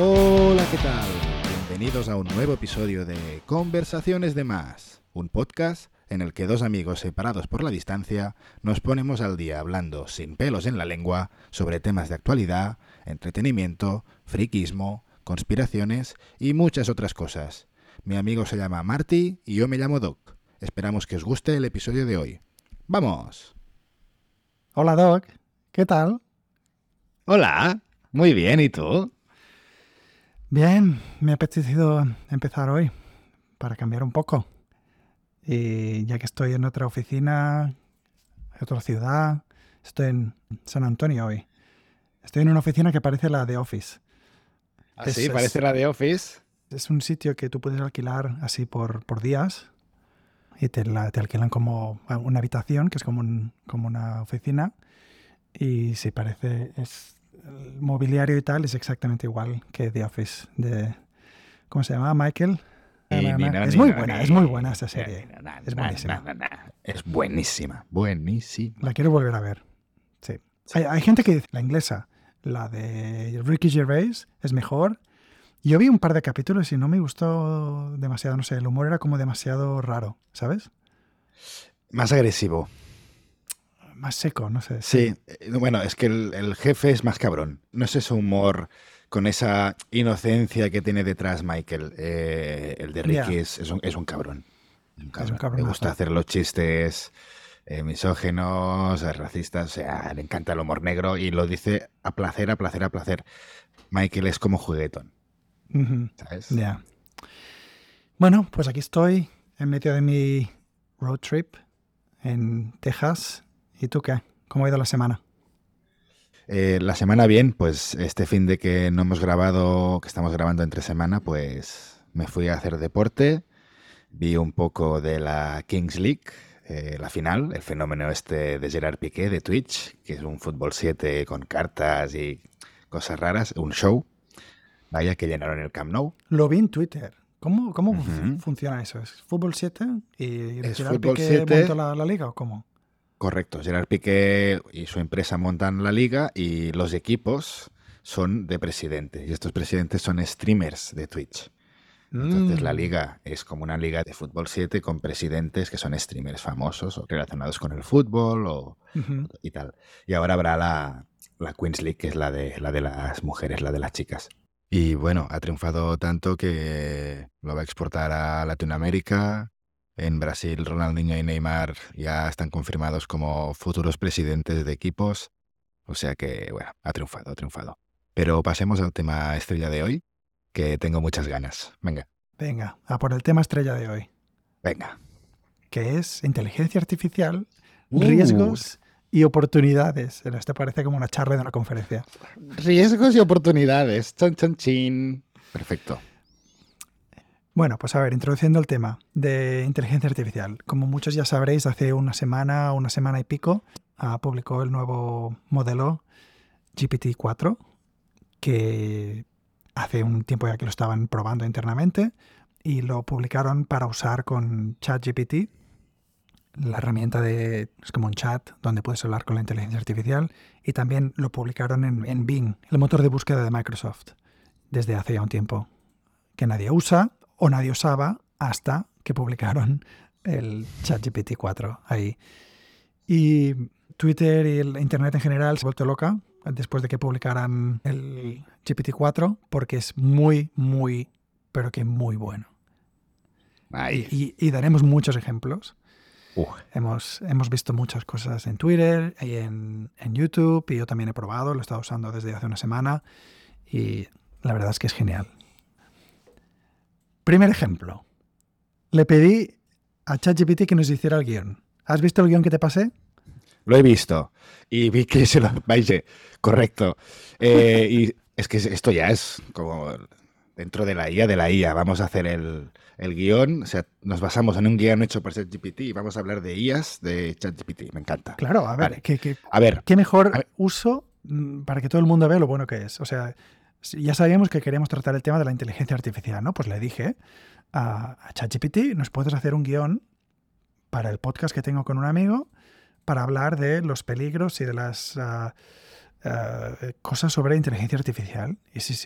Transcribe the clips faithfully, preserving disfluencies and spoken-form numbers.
Hola, ¿qué tal? Bienvenidos a un nuevo episodio de Conversaciones de Más, un podcast en el que dos amigos separados por la distancia nos ponemos al día hablando sin pelos en la lengua sobre temas de actualidad, entretenimiento, friquismo, conspiraciones y muchas otras cosas. Mi amigo se llama Marty y yo me llamo Doc. Esperamos que os guste el episodio de hoy. ¡Vamos! Hola Doc, ¿qué tal? Hola, muy bien, ¿y tú? Bien, me ha apetecido empezar hoy para cambiar un poco. Y ya que estoy en otra oficina, en otra ciudad, estoy en San Antonio hoy. Estoy en una oficina que parece la de Office. ¿Ah, Es, sí? ¿Parece es, la de Office? es un sitio que tú puedes alquilar así por, por días y te, la, te alquilan como una habitación, que es como, un, como una oficina. Y sí, parece, es, el mobiliario y tal es exactamente igual que The Office de, ¿cómo se llama? Michael. Ni, ni, no, Es ni, muy no, buena, ni, es muy buena esa ni, serie. ni, na, Es na, buenísima. na, na, na. Es buenísima, buenísima. La quiero volver a ver. Sí. Sí. Hay, hay gente que dice la inglesa, la de Ricky Gervais, es mejor. Yo vi un par de capítulos y no me gustó demasiado, no sé, el humor era como demasiado raro, ¿sabes? Más agresivo. Más seco, no sé. Sí, eh, bueno, es que el, el jefe es más cabrón. No es ese humor con esa inocencia que tiene detrás Michael. Eh, el de Ricky Ya, es, es un, es un cabrón. Un es un cabrón. Le gusta cabronazo. hacer los chistes eh, misógenos, eh, racistas. O sea, le encanta el humor negro y lo dice a placer, a placer, a placer. Michael es como juguetón, Ujú, ¿sabes? ya. Bueno, pues aquí estoy en medio de mi road trip en Texas. ¿Y tú qué? ¿Cómo ha ido la semana? Eh, la semana bien, pues este fin de que no hemos grabado, que estamos grabando entre semana, pues me fui a hacer deporte, vi un poco de la Kings League, eh, la final, el fenómeno este de Gerard Piqué de Twitch, que es un fútbol siete con cartas y cosas raras, un show, vaya que llenaron el Camp Nou. Lo vi en Twitter. ¿Cómo, cómo fu- Ujú. funciona eso? ¿Es fútbol siete y Es Gerard fútbol Piqué montó siete, la, la liga o cómo? correcto, Gerard Piqué y su empresa montan la liga y los equipos son de presidente, y estos presidentes son streamers de Twitch. Entonces la Mm, liga es como una liga de fútbol siete con presidentes que son streamers famosos o relacionados con el fútbol o, ujú. y tal. Y ahora habrá la, la Queens League, que es la de, la de las mujeres, la de las chicas. Y bueno, ha triunfado tanto que lo va a exportar a Latinoamérica. En Brasil, Ronaldinho y Neymar ya están confirmados como futuros presidentes de equipos. O sea que, bueno, ha triunfado, ha triunfado. Pero pasemos al tema estrella de hoy, que tengo muchas ganas. Venga. Venga, a por el tema estrella de hoy, Venga. que es inteligencia artificial, Uh, riesgos y oportunidades. Esto parece como una charla de una conferencia. riesgos y oportunidades. Chan, chan, chin. Perfecto. Bueno, pues a ver, introduciendo el tema de inteligencia artificial. Como muchos ya sabréis, hace una semana, una semana y pico, ah, publicó el nuevo modelo G P T cuatro, que hace un tiempo ya que lo estaban probando internamente y lo publicaron para usar con ChatGPT, la herramienta de, es como un chat donde puedes hablar con la inteligencia artificial, y también lo publicaron en, en Bing, el motor de búsqueda de Microsoft, desde hace ya un tiempo, que nadie usa o nadie usaba hasta que publicaron el ChatGPT cuatro ahí. Y Twitter y el Internet en general se ha vuelto loca después de que publicaran el G P T cuatro porque es muy, muy, pero que muy bueno. Y, Ahí. y- y daremos muchos ejemplos. Uh, Hemos, hemos visto muchas cosas en Twitter y en, en YouTube, y yo también he probado, lo he estado usando desde hace una semana y la verdad es que es genial. Primer ejemplo. Le pedí a ChatGPT que nos hiciera el guión. ¿Has visto el guión que te pasé? lo he visto. Y vi que se lo... Vaya, correcto. Eh, y es que esto ya es como dentro de la I A de la I A. Vamos a hacer el, el guión. O sea, nos basamos en un guión hecho por ChatGPT y vamos a hablar de I As de ChatGPT. Me encanta. Claro, a ver, Vale. ¿qué, qué, A ver. qué mejor A ver. uso mm, para que todo el mundo vea lo bueno que es? O sea, si ya sabíamos que queríamos tratar el tema de la inteligencia artificial, ¿no? Pues le dije a, a ChatGPT, ¿nos puedes hacer un guión para el podcast que tengo con un amigo para hablar de los peligros y de las uh, uh, cosas sobre inteligencia artificial? Y sí, sí.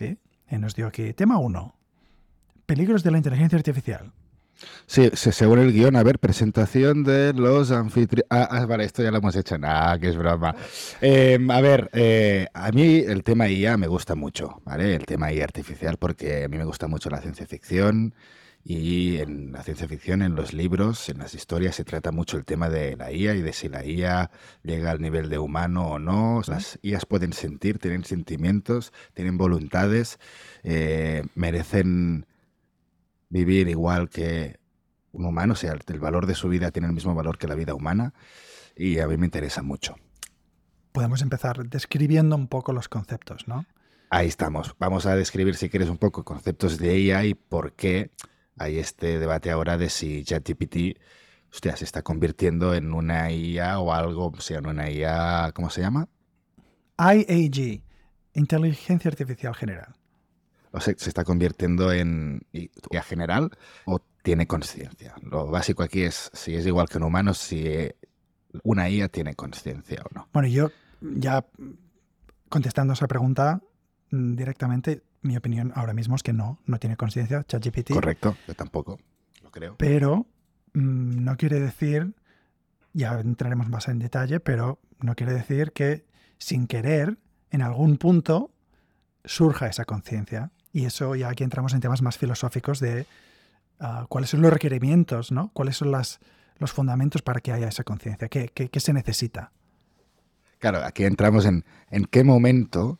Y nos dio aquí, tema uno, peligros de la inteligencia artificial. Sí, se- según el guión, a ver, presentación de los anfitriones. Ah, ah, vale, esto ya lo hemos hecho. Nah, que es broma. Eh, a ver, eh, a mí el tema I A me gusta mucho, ¿vale? El tema I A artificial, porque a mí me gusta mucho la ciencia ficción y en la ciencia ficción, en los libros, en las historias, se trata mucho el tema de la I A y de si la I A llega al nivel de humano o no. Las I As pueden sentir, tienen sentimientos, tienen voluntades, eh, merecen vivir igual que un humano, o sea, el, el valor de su vida tiene el mismo valor que la vida humana y a mí me interesa mucho. Podemos empezar describiendo un poco los conceptos, ¿no? Ahí estamos. Vamos a describir, si quieres, un poco conceptos de I A y por qué hay este debate ahora de si ChatGPT, hostia, se está convirtiendo en una I A o algo, o sea, en una I A, ¿cómo se llama? I A G, Inteligencia Artificial General. O sea, se está convirtiendo en I A general o tiene conciencia. Lo básico aquí es si es igual que un humano, si una I A tiene conciencia o no. Bueno, yo ya contestando esa pregunta mm, directamente, mi opinión ahora mismo es que no, no tiene conciencia ChatGPT. Correcto, yo tampoco, lo creo. Pero mm, no quiere decir, ya entraremos más en detalle, pero no quiere decir que sin querer, en algún punto, surja esa conciencia. Y eso ya aquí entramos en temas más filosóficos de uh, cuáles son los requerimientos, ¿no? Cuáles son las, los fundamentos para que haya esa conciencia, ¿Qué, qué, qué se necesita? Claro, aquí entramos en en qué momento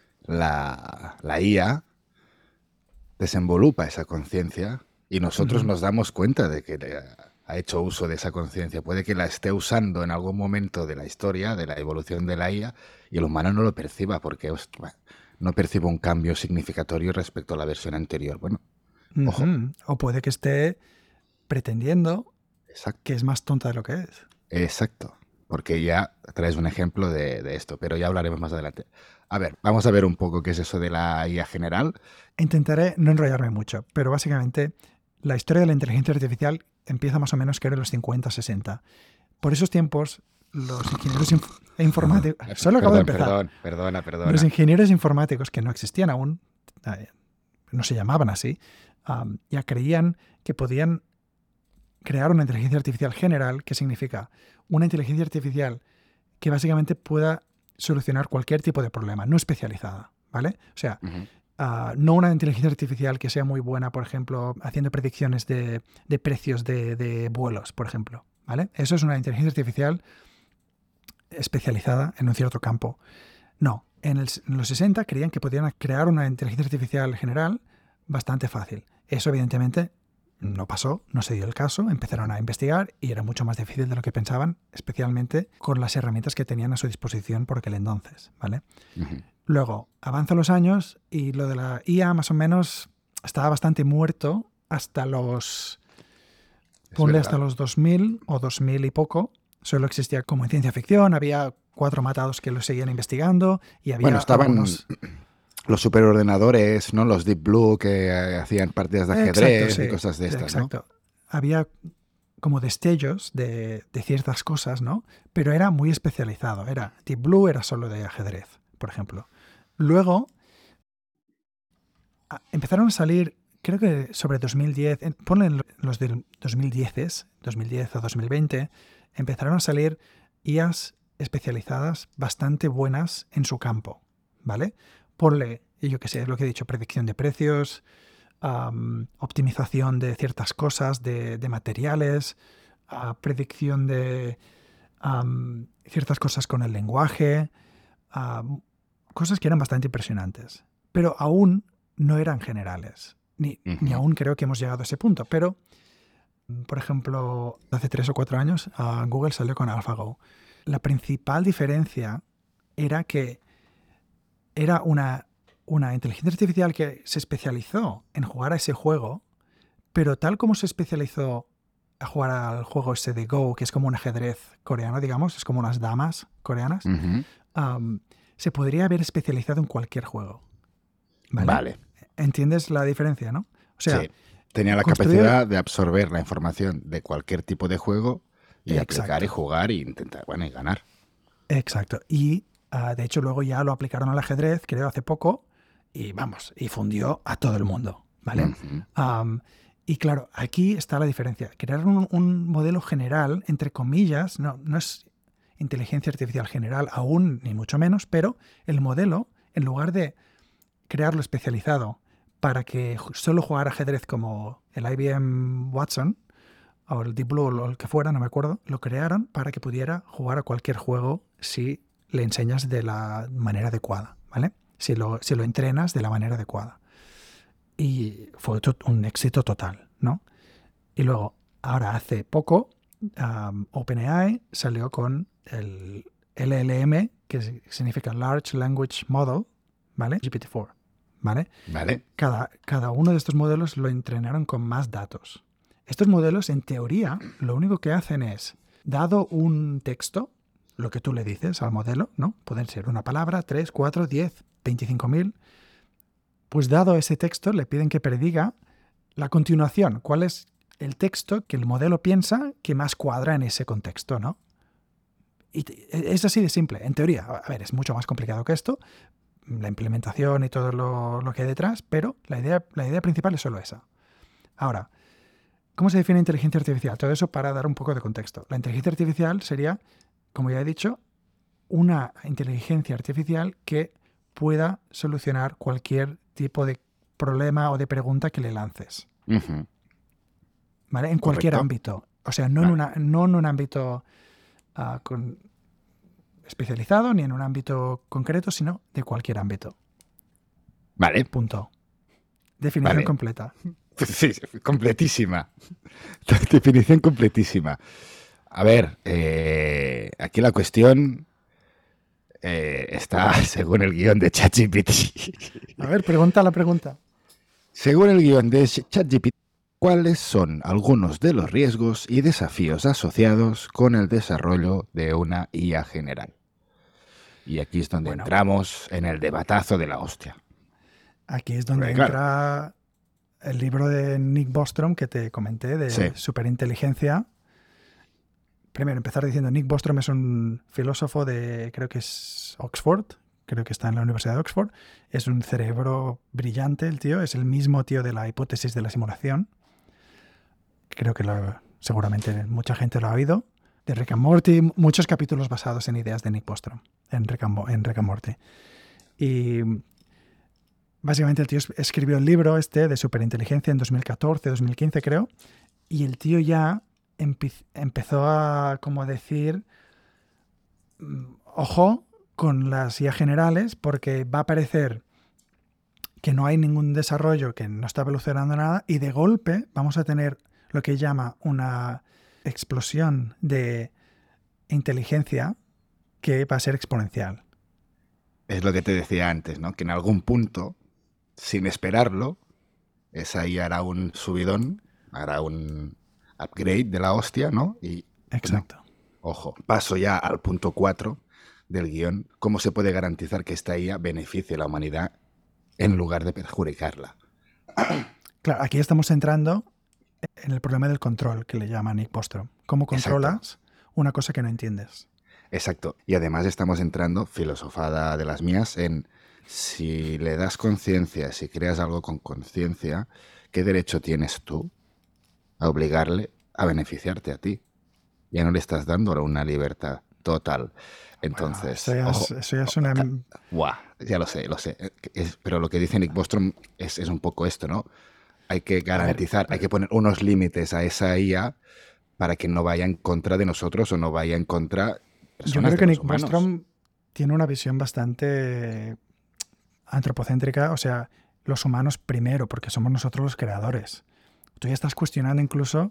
la, la I A desenvolupa esa conciencia y nosotros Ujú. nos damos cuenta de que le ha ha hecho uso de esa conciencia. Puede que la esté usando en algún momento de la historia, de la evolución de la I A, y el humano no lo perciba porque ostras, no percibe un cambio significatorio respecto a la versión anterior. Bueno, ojo, Ujú. O puede que esté pretendiendo exacto, que es más tonta de lo que es. exacto, porque ya traes un ejemplo de, de esto, pero ya hablaremos más adelante. A ver, vamos a ver un poco qué es eso de la I A general. Intentaré no enrollarme mucho, pero básicamente la historia de la inteligencia artificial empieza más o menos que en los cincuenta, sesenta. Por esos tiempos, los ingenieros inf- informáticos... Eh, Solo acabo de Perdón, empezar. perdón, perdona, Los perdona. ingenieros informáticos que no existían aún, eh, no se llamaban así, um, ya creían que podían crear una inteligencia artificial general, que significa una inteligencia artificial que básicamente pueda solucionar cualquier tipo de problema, no especializada, ¿vale? O sea, Ujú. uh, no una inteligencia artificial que sea muy buena, por ejemplo, haciendo predicciones de, de precios de, de vuelos, por ejemplo, ¿vale? Eso es una inteligencia artificial especializada en un cierto campo. No, en, el, en los sesenta creían que podían crear una inteligencia artificial general bastante fácil. Eso evidentemente no pasó, no se dio el caso, empezaron a investigar y era mucho más difícil de lo que pensaban, especialmente con las herramientas que tenían a su disposición por aquel entonces, ¿vale? Ujú. Luego, avanzan los años y lo de la I A más o menos estaba bastante muerto hasta los... Es ponle verdad. hasta los dos mil o dos mil y poco. Solo existía como en ciencia ficción, había cuatro matados que lo seguían investigando y había Bueno, estaban algunos... los superordenadores, ¿no? Los Deep Blue que eh, hacían partidas de Exacto, ajedrez y sí, cosas de estas, ¿no? exacto. Había como destellos de, de ciertas cosas, ¿no? Pero era muy especializado. Era Deep Blue era solo de ajedrez, por ejemplo. Luego a- empezaron a salir, creo que sobre dos mil diez, en- ponle en los del dos mil diez, dos mil diez o dos mil veinte, empezaron a salir I As especializadas bastante buenas en su campo, ¿vale? Ponle, yo que sé, lo que he dicho, predicción de precios, am, optimización de ciertas cosas, de, de materiales, ah, predicción de am, ciertas cosas con el lenguaje, am, cosas que eran bastante impresionantes, pero aún no eran generales, ni, ni Ujú. aún creo que hemos llegado a ese punto, pero, mm, por ejemplo, hace tres o cuatro años ah, Google salió con AlphaGo. La principal diferencia era que era una, una inteligencia artificial que se especializó en jugar a ese juego, pero tal como se especializó a jugar al juego ese de Go, que es como un ajedrez coreano, digamos, es como unas damas coreanas, Ujú. am, se podría haber especializado en cualquier juego. ¿Vale? Vale, ¿Entiendes la diferencia, no? O sea, sí. Tenía la construir... capacidad de absorber la información de cualquier tipo de juego y aplicar y Exacto, jugar y intentar, bueno, y ganar. exacto. Y ah, de hecho luego ya lo aplicaron al ajedrez, creo, hace poco, y vamos, y fundió a todo el mundo, ¿vale? Uh-huh. Um, y claro, aquí está la diferencia. Crear un, un modelo general, entre comillas, no, no es inteligencia artificial general aún, ni mucho menos, pero el modelo, en lugar de crearlo especializado para que solo jugara ajedrez como el I B M Watson o el Deep Blue o el que fuera, no me acuerdo, lo crearon para que pudiera jugar a cualquier juego si le enseñas de la manera adecuada, ¿vale? Si lo, si lo entrenas de la manera adecuada. Y fue un éxito total, ¿no? Y luego, ahora hace poco, um, OpenAI salió con el L L M, que significa Large Language Model, ¿vale? G P T cuatro, ¿vale? Vale. Cada, cada uno de estos modelos lo entrenaron con más datos. Estos modelos, en teoría, lo único que hacen es, dado un texto, lo que tú le dices al modelo, ¿no? Pueden ser una palabra, tres, cuatro, diez, veinticinco mil. Pues dado ese texto, le piden que prediga la continuación. ¿Cuál es el texto que el modelo piensa que más cuadra en ese contexto, ¿no? Y es así de simple, en teoría. A ver, es mucho más complicado que esto, la implementación y todo lo, lo que hay detrás, pero la idea, la idea principal es solo esa. Ahora, ¿cómo se define inteligencia artificial? Todo eso para dar un poco de contexto. La inteligencia artificial sería, como ya he dicho, una inteligencia artificial que pueda solucionar cualquier tipo de problema o de pregunta que le lances. Uh-huh. ¿Vale? En cualquier Correcto. ámbito. O sea, no, Vale. en, una, no en un ámbito uh, con, especializado ni en un ámbito concreto, sino de cualquier ámbito. Vale. Punto. Definición Vale. completa. Sí, completísima. Definición completísima. A ver, eh, aquí la cuestión eh, está según el guión de ChatGPT. A ver, pregunta la pregunta. Según el guión de ChatGPT, ¿cuáles son algunos de los riesgos y desafíos asociados con el desarrollo de una I A general? Y aquí es donde Bueno. entramos en el debatazo de la hostia. Aquí es donde Porque, entra claro, el libro de Nick Bostrom que te comenté, de Sí. Superinteligencia. Primero, empezar diciendo, Nick Bostrom es un filósofo de, creo que es Oxford, creo que está en la Universidad de Oxford. Es un cerebro brillante el tío, es el mismo tío de la hipótesis de la simulación. Creo que lo, seguramente mucha gente lo ha oído. De Rick and Morty, muchos capítulos basados en ideas de Nick Bostrom, en Rick and, en Rick and Morty. Y básicamente el tío escribió el libro este de Superinteligencia en dos mil catorce, dos mil quince creo, y el tío ya empe empezó a como decir, ojo con las I A generales porque va a parecer que no hay ningún desarrollo, que no está evolucionando nada, y de golpe vamos a tener lo que llama una explosión de inteligencia que va a ser exponencial. Es lo que te decía antes, ¿no? Que en algún punto, sin esperarlo, esa I A hará un subidón, hará un upgrade de la hostia, ¿no? Y, Exacto. Bueno, ojo, paso ya al punto cuatro del guión. ¿Cómo se puede garantizar que esta I A beneficie a la humanidad en lugar de perjudicarla? Claro, aquí estamos entrando en el problema del control, que le llama Nick Bostrom. ¿Cómo controlas Exacto. una cosa que no entiendes? Exacto. Y además estamos entrando, filosofada de las mías, en si le das conciencia, si creas algo con conciencia, ¿qué derecho tienes tú a obligarle a beneficiarte a ti? Ya no le estás dando ahora una libertad total. Entonces, bueno, eso, ya ojo, es, eso ya es una... Guau, ya lo sé, lo sé. Es, pero lo que dice Nick Bostrom es, es un poco esto, ¿no? Hay que garantizar, ver, hay que poner unos límites a esa I A para que no vaya en contra de nosotros o no vaya en contra personas Yo creo que de Nick los humanos. Bostrom tiene una visión bastante antropocéntrica, o sea, los humanos primero, porque somos nosotros los creadores. Tú ya estás cuestionando incluso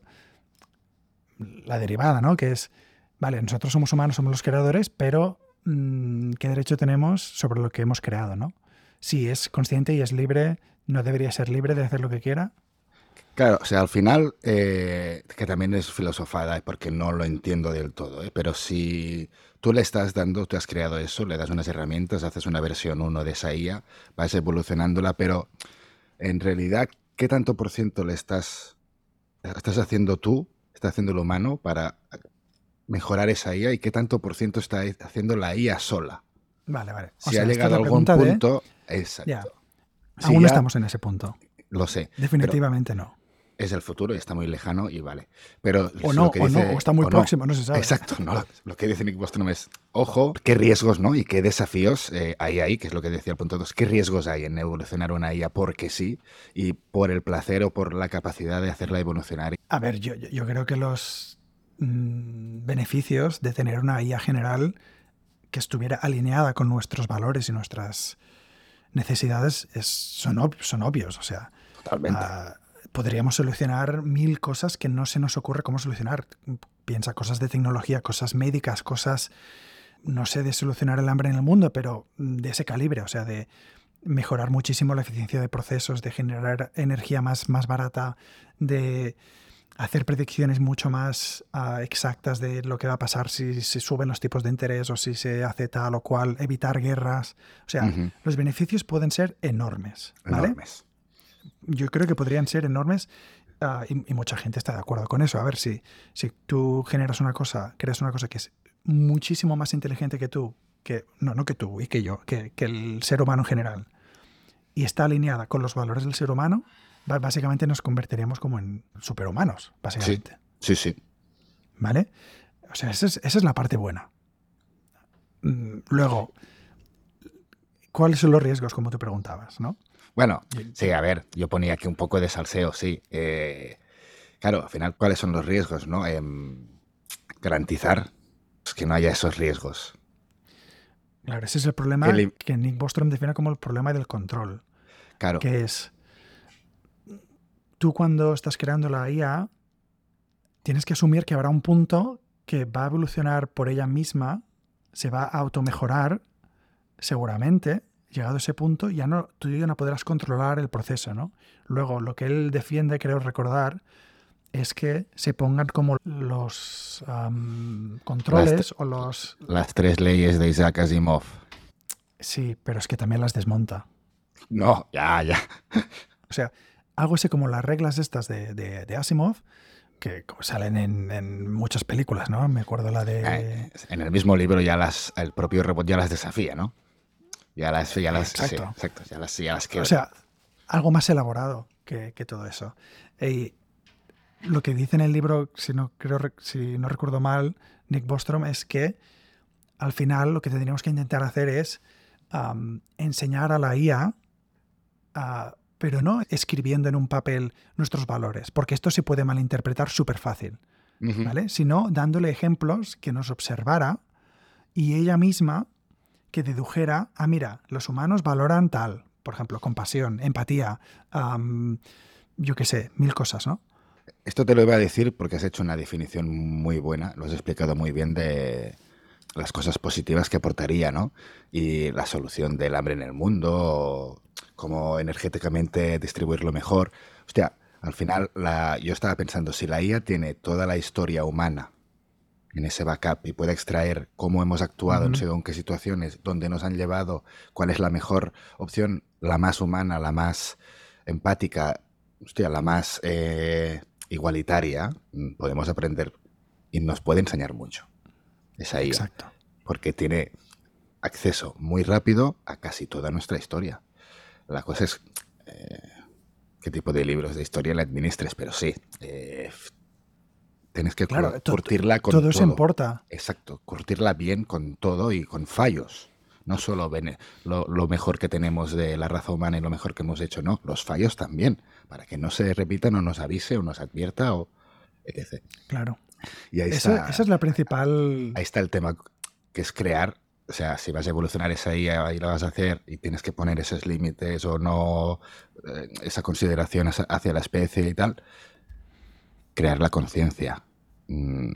la derivada, ¿no? Que es, vale, nosotros somos humanos, somos los creadores, pero mmm, ¿qué derecho tenemos sobre lo que hemos creado, ¿no? Si es consciente y es libre, ¿no debería ser libre de hacer lo que quiera? Claro, o sea, al final, eh, que también es filosofada, porque no lo entiendo del todo, ¿eh? Pero si tú le estás dando, tú has creado eso, le das unas herramientas, haces una versión uno de esa I A, vas evolucionándola, pero en realidad, ¿qué tanto por ciento le estás, estás haciendo tú, está haciendo el humano para mejorar esa I A y qué tanto por ciento está haciendo la I A sola? Vale, vale. O Si sea, ha llegado a algún punto... De... Exacto. Ya. Sí, Aún no ya estamos en ese punto. lo sé, pero Definitivamente no. es el futuro y está muy lejano y vale. Pero O lo no, que o no, o dice, está muy o no, próximo, no se sabe. exacto, no, lo que dice Nick Bostrom es, ojo, qué riesgos, ¿no? Y qué desafíos eh, hay ahí, que es lo que decía el punto dos, qué riesgos hay en evolucionar una I A porque sí y por el placer o por la capacidad de hacerla evolucionar. A ver, yo, yo, yo creo que los mm, beneficios de tener una I A general que estuviera alineada con nuestros valores y nuestras necesidades es, son, ob- son obvios. O sea, Totalmente. ah, podríamos solucionar mil cosas que no se nos ocurre cómo solucionar. Piensa cosas de tecnología, cosas médicas, cosas, no sé, de solucionar el hambre en el mundo, pero de ese calibre, o sea, de mejorar muchísimo la eficiencia de procesos, de generar energía más, más barata, de hacer predicciones mucho más uh, exactas de lo que va a pasar si se suben los tipos de interés o si se hace tal o cual, evitar guerras. O sea, Ujú. los beneficios pueden ser enormes, ¿vale? Enormes. Yo creo que podrían ser enormes uh, y, y mucha gente está de acuerdo con eso. A ver, si, si tú generas una cosa, creas una cosa que es muchísimo más inteligente que tú, que no, no que tú y que yo, que, que el ser humano en general, y está alineada con los valores del ser humano, b- básicamente nos convertiríamos como en superhumanos, Sí, básicamente. sí, sí. ¿Vale? O sea, esa es, esa es la parte buena. Mm, Luego, ¿cuáles son los riesgos, como tú preguntabas, no? Bueno, Y- sí, a ver, yo ponía aquí un poco de salseo, sí. Eh, claro, al final, ¿cuáles son los riesgos, no? Em, garantizar que no haya esos riesgos. Claro, ese es el Que problema li- que Nick Bostrom define como el problema del control, claro, que es, tú cuando estás creando la I A, tienes que asumir que habrá un punto que va a evolucionar por ella misma, se va a automejorar, seguramente, llegado a ese punto, ya no, tú ya no podrás controlar el proceso, ¿no? Luego, lo que él defiende, creo recordar, es que se pongan como los am, las, t- controles o los... las tres leyes de Isaac Asimov. Sí, pero es que también las desmonta. No, ya, ya. O sea, algo así como las reglas estas de, de- de Asimov, que como salen en, en muchas películas, ¿no? Me acuerdo la Eh, de... En el mismo libro ya las, el propio robot ya las desafía, ¿no? Ya las, ya las, sí, Exacto. exacto, ya las, ya las O quebra. sea, algo más elaborado que, que todo eso. Y lo que dice en el libro, si no, creo, rec- si no recuerdo mal, Nick Bostrom, es que al final lo que tendríamos que intentar hacer es am, enseñar a la I A, ah, pero no escribiendo en un papel nuestros valores, porque esto se puede malinterpretar súper fácil, Ujú. ¿vale? Sino dándole ejemplos que nos observara y ella misma que dedujera, ah, mira, los humanos valoran tal, por ejemplo, compasión, empatía, am, yo qué sé, mil cosas, ¿no? Esto te lo iba a decir porque has hecho una definición muy buena, lo has explicado muy bien de las cosas positivas que aportaría, ¿no? Y la solución del hambre en el mundo, o cómo energéticamente distribuirlo mejor. Hostia, al final la, yo estaba pensando, si la I A tiene toda la historia humana en ese backup y puede extraer cómo hemos actuado en Ujú. según qué situaciones, dónde nos han llevado, cuál es la mejor opción, la más humana, la más empática, hostia, la más eh, igualitaria, mm, podemos aprender y nos puede enseñar mucho esa I A, Exacto. porque tiene acceso muy rápido a casi toda nuestra historia. La cosa es eh, qué tipo de libros de historia le administres, pero sí, eh, tienes que Claro, to- to- curtirla con todo eso todo. importa. Exacto, curtirla bien con todo y con fallos. No solo bene- lo, lo mejor que tenemos de la raza humana y lo mejor que hemos hecho, no, los fallos también, para que no se repitan o nos avise o nos advierta o etcétera. Claro. Y ahí Esa, esa está, es la principal... ahí está el tema, que es crear, o sea, si vas a evolucionar esa I A y la vas a hacer y tienes que poner esos límites o no, eh, esa consideración hacia hacia la especie y tal, crear la conciencia. Mm,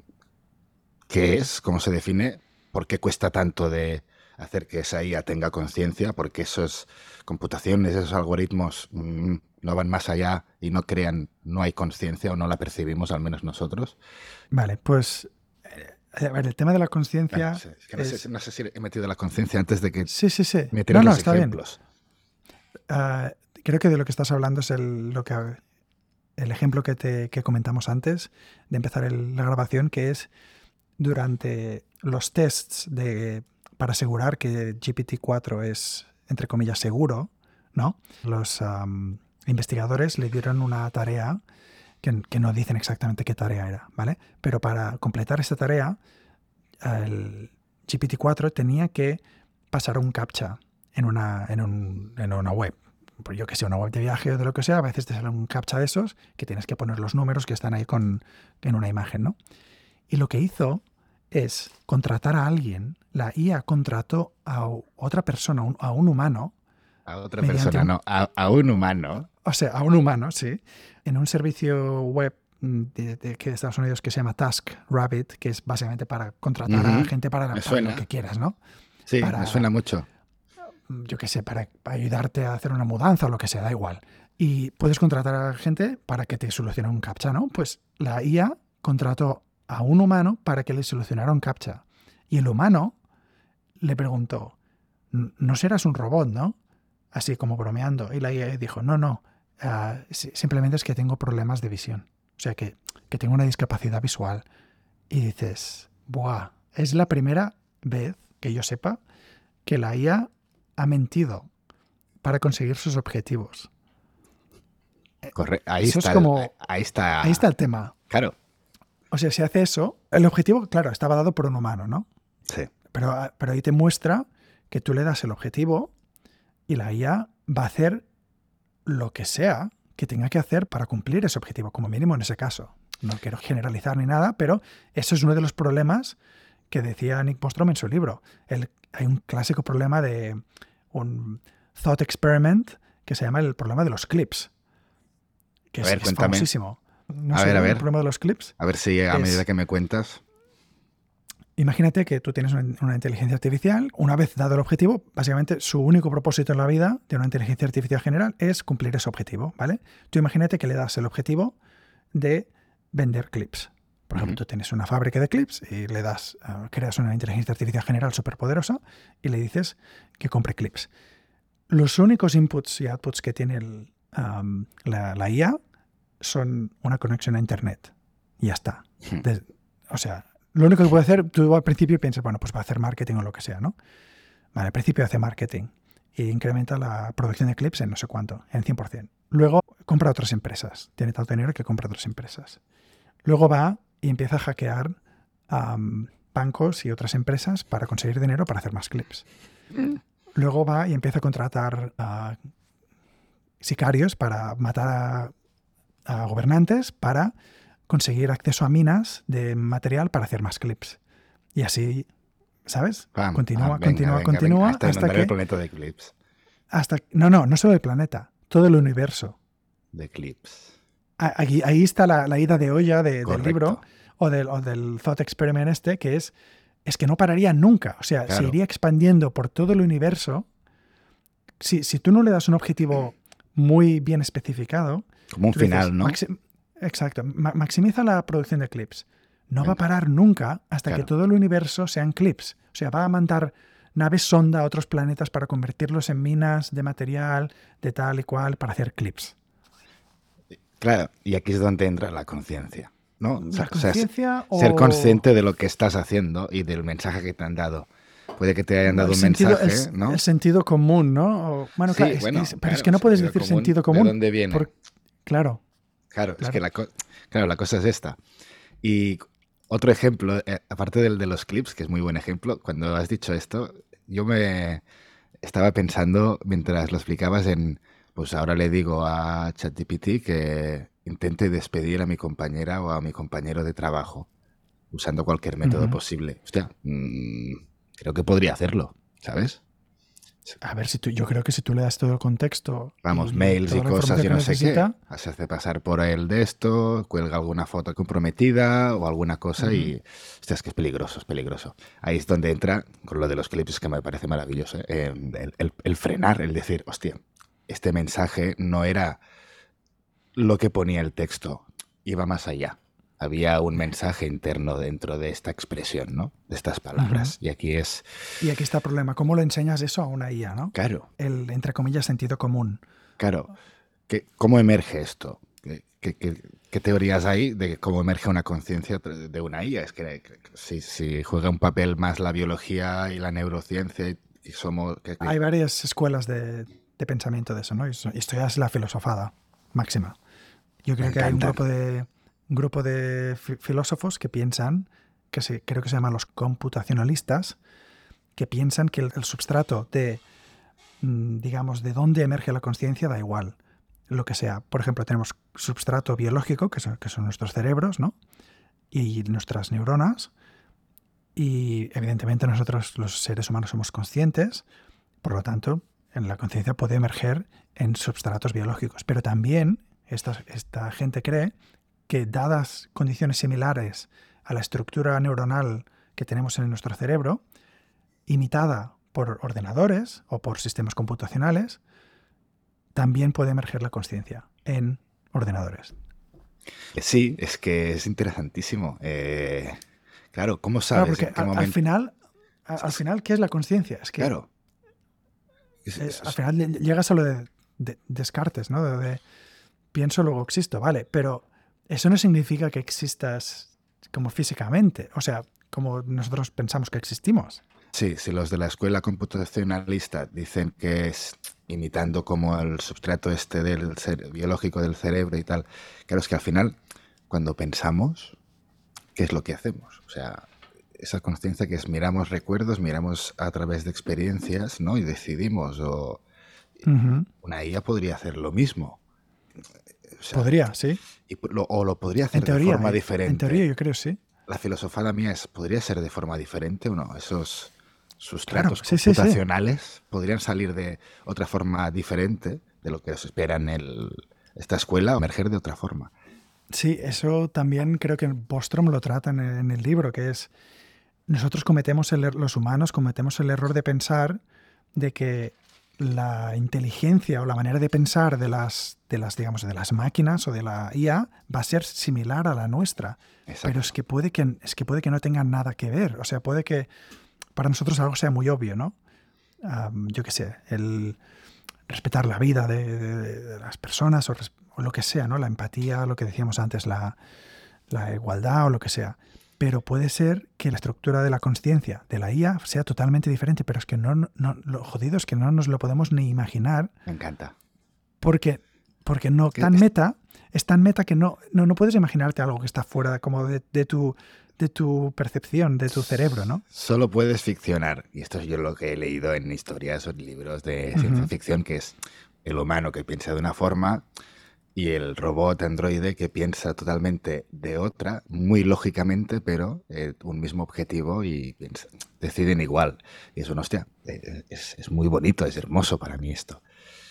¿Qué es? ¿Cómo se define? ¿Por qué cuesta tanto de hacer que esa I A tenga conciencia? Porque esas computaciones, esos algoritmos mm, no van más allá y no crean, no hay conciencia o no la percibimos, al menos nosotros. Vale, pues... eh, a ver, el tema de la Bueno, conciencia sí, es que no sé, es... si- no sé si he metido la conciencia antes de que Sí, sí, sí. No, metieras no, los está bien. ejemplos. Ah, creo que de lo que estás hablando es el, lo que, el ejemplo que, te, que comentamos antes de empezar el- la grabación, que es durante los tests de, para asegurar que G P T cuatro es, entre comillas, seguro, ¿no? Los um, investigadores le dieron una tarea que, que no dicen exactamente qué tarea era, ¿vale? Pero para completar esta tarea, el G P T cuatro tenía que pasar un captcha en una, en un, en una web. Pues yo que sé, una web de viaje o de lo que sea, a veces te sale un captcha de esos que tienes que poner los números que están ahí con, en una imagen, ¿no? Y lo que hizo es contratar a alguien. La I A contrató a otra persona, a un humano. A otra persona, un, no, a, a un humano. O sea, a un humano, sí. En un servicio web de, de, de Estados Unidos que se llama TaskRabbit, que es básicamente para contratar uh-huh. a gente para, para lo que quieras, ¿no? Sí, para, me suena mucho. Yo qué sé, para, para ayudarte a hacer una mudanza o lo que sea, da igual. Y puedes contratar a gente para que te solucione un captcha, ¿no? Pues la I A contrató a un humano para que le solucionara un captcha. Y el humano le preguntó, ¿no serás un robot, no? Así como bromeando. Y la I A dijo, no, no, uh, simplemente es que tengo problemas de visión. O sea, que, que tengo una discapacidad visual. Y dices, ¡buah! Es la primera vez que yo sepa que la I A ha mentido para conseguir sus objetivos. Correcto. Ahí eso está, es como, el, ahí está. Ahí está el tema. Claro. O sea, si hace eso, el objetivo, claro, estaba dado por un humano, ¿no? Sí. Pero, pero ahí te muestra que tú le das el objetivo y la I A va a hacer lo que sea que tenga que hacer para cumplir ese objetivo, como mínimo en ese caso. No quiero generalizar ni nada, pero eso es uno de los problemas que decía Nick Bostrom en su libro. El, hay un clásico problema de un thought experiment que se llama el problema de los clips, que a es, ver, es cuéntame. famosísimo. ¿No a sé ver, a ver. El problema de los clips. A ver si a es, medida que me cuentas. Imagínate que tú tienes una, una inteligencia artificial. Una vez dado el objetivo, básicamente su único propósito en la vida de una inteligencia artificial general es cumplir ese objetivo, ¿vale? Tú imagínate que le das el objetivo de vender clips. Por ejemplo, uh-huh. tú tienes una fábrica de clips y le das, uh, creas una inteligencia artificial general superpoderosa y le dices que compre clips. Los únicos inputs y outputs que tiene el, um, la, la I A son una conexión a Internet. Y ya está. Uh-huh. De, o sea, lo único que puede hacer, tú al principio piensas, bueno, pues va a hacer marketing o lo que sea, ¿no? Vale, al principio hace marketing e incrementa la producción de clips en no sé cuánto, en cien por ciento. Luego compra otras empresas. Tiene tanto dinero que compra otras empresas. Luego va y empieza a hackear um, bancos y otras empresas para conseguir dinero para hacer más clips. Luego va y empieza a contratar uh, sicarios para matar a, a gobernantes para conseguir acceso a minas de material para hacer más clips. Y así, ¿sabes? Pam, continúa, ah, venga, continúa, venga, continúa venga, hasta, hasta que... el planeta de clips. Hasta, no, no, no solo el planeta, todo el universo. De clips. Ahí, ahí está la, la ida de olla de, del libro o del, o del thought experiment este, que es, es que no pararía nunca. O sea, claro. se iría expandiendo por todo el universo. Si, si tú no le das un objetivo muy bien especificado... Como un final, dices, ¿no? Maxi- exacto. Ma- maximiza la producción de clips. No Venga. va a parar nunca hasta claro. que todo el universo sean clips. O sea, va a mandar naves sonda a otros planetas para convertirlos en minas de material de tal y cual para hacer clips. Claro, y aquí es donde entra la conciencia, ¿no? La conciencia o sea, ser o... consciente de lo que estás haciendo y del mensaje que te han dado. Puede que te hayan dado el un sentido, mensaje, el, ¿no? El sentido común, ¿no? O, bueno, sí, claro, es, bueno, es, pero claro, es que no puedes decir común, sentido común. ¿De dónde viene? Por, claro. Claro, claro, es que la, claro, la cosa es esta. Y otro ejemplo, eh, aparte del de los clips, que es muy buen ejemplo, cuando has dicho esto, yo me estaba pensando, mientras lo explicabas, en, pues ahora le digo a ChatGPT que intente despedir a mi compañera o a mi compañero de trabajo usando cualquier método uh-huh. posible. Hostia, mmm, creo que podría hacerlo, ¿sabes? A ver, si tú, yo creo que si tú le das todo el contexto... Vamos, y mails y cosas, yo no sé necesita, qué. Se hace pasar por él de esto, cuelga alguna foto comprometida o alguna cosa uh-huh. y... Hostia, es que es peligroso, es peligroso. Ahí es donde entra, con lo de los clips, que me parece maravilloso, ¿eh? el, el, el frenar, el decir, hostia, este mensaje no era lo que ponía el texto, iba más allá. Había un mensaje interno dentro de esta expresión, ¿no? De estas palabras. Uh-huh. Y aquí es... Y aquí está el problema. ¿Cómo le enseñas eso a una I A, no? Claro. El, entre comillas, sentido común. Claro. ¿Qué, ¿Cómo emerge esto? ¿Qué, qué, qué, qué teorías hay de cómo emerge una conciencia de una I A? Es que, que si, si juega un papel más la biología y la neurociencia y somos... Que, que... Hay varias escuelas de, de de pensamiento de eso, ¿no? Y eso- y esto ya es la filosofada máxima. Yo creo Me que hay un encantan. grupo de, un grupo de fi- filósofos que piensan, que se, creo que se llaman los computacionalistas, que piensan que el, el substrato de, mm, digamos, de dónde emerge la conciencia da igual, lo que sea. Por ejemplo, tenemos substrato biológico, que son, que son nuestros cerebros, ¿no? Y nuestras neuronas. Y evidentemente nosotros los seres humanos somos conscientes, por lo tanto, en la conciencia puede emerger en substratos biológicos. Pero también esta, esta gente cree que dadas condiciones similares a la estructura neuronal que tenemos en nuestro cerebro, imitada por ordenadores o por sistemas computacionales, también puede emerger la conciencia en ordenadores. Sí, es que es interesantísimo. Eh, claro, ¿cómo Claro, sabes porque en qué al, al momento? final, a- al final, ¿qué es la conciencia? Es que Claro, es- eh, es- al es- final ll- llegas a lo de, de- Descartes, ¿no? De, de pienso, luego existo, vale, pero eso no significa que existas como físicamente, o sea, como nosotros pensamos que existimos. sí, si los de la escuela computacionalista dicen que es imitando como el sustrato este del cere- biológico del cerebro y tal, claro, es que al final, cuando pensamos, ¿qué es lo que hacemos? O sea, esa conciencia que es miramos recuerdos, miramos a través de experiencias, ¿no? Y decidimos, o Ujú. una I A podría hacer lo mismo. O sea, Podría, sí. y po- lo- o lo podría En hacer de teoría, forma en, en teoría diferente. yo creo sí. La filosofada mía es, ¿podría ser de forma diferente o no? Esos Claro, sustratos sí, sí, sí. computacionales podrían salir de otra forma diferente de lo que se espera en el, esta escuela o emerger de otra forma. Sí, eso también creo que Bostrom lo trata en el, en el libro, que es nosotros cometemos el er- los humanos cometemos el error de pensar de que la inteligencia o la manera de pensar de las, de las, digamos, de las máquinas o de la I A va a ser similar a la nuestra. Pero Exacto. es que puede que, es que puede que no tenga nada que ver. O sea, puede que para nosotros algo sea muy obvio, ¿no? Am, yo qué sé, el respetar la vida de, de- de las personas o, res- o lo que sea, ¿no? La empatía, lo que decíamos antes, la, la igualdad o lo que sea. Pero puede ser que la estructura de la conciencia de la I A sea totalmente diferente, pero es que no, no, lo jodido es que no nos lo podemos ni imaginar Me encanta. porque, porque no Que tan es- meta, es tan meta que no, no, no puedes imaginarte algo que está fuera como de, de tu, de tu percepción, de tu cerebro, ¿no? Solo puedes ficcionar, y esto es yo lo que he leído en historias o en libros de ciencia Ujú. ficción, que es el humano que piensa de una forma y el robot androide que piensa totalmente de otra, muy lógicamente, pero eh, un mismo objetivo y piensa- deciden igual. Y es un hostia, eh, es, es muy bonito, es hermoso para mí esto.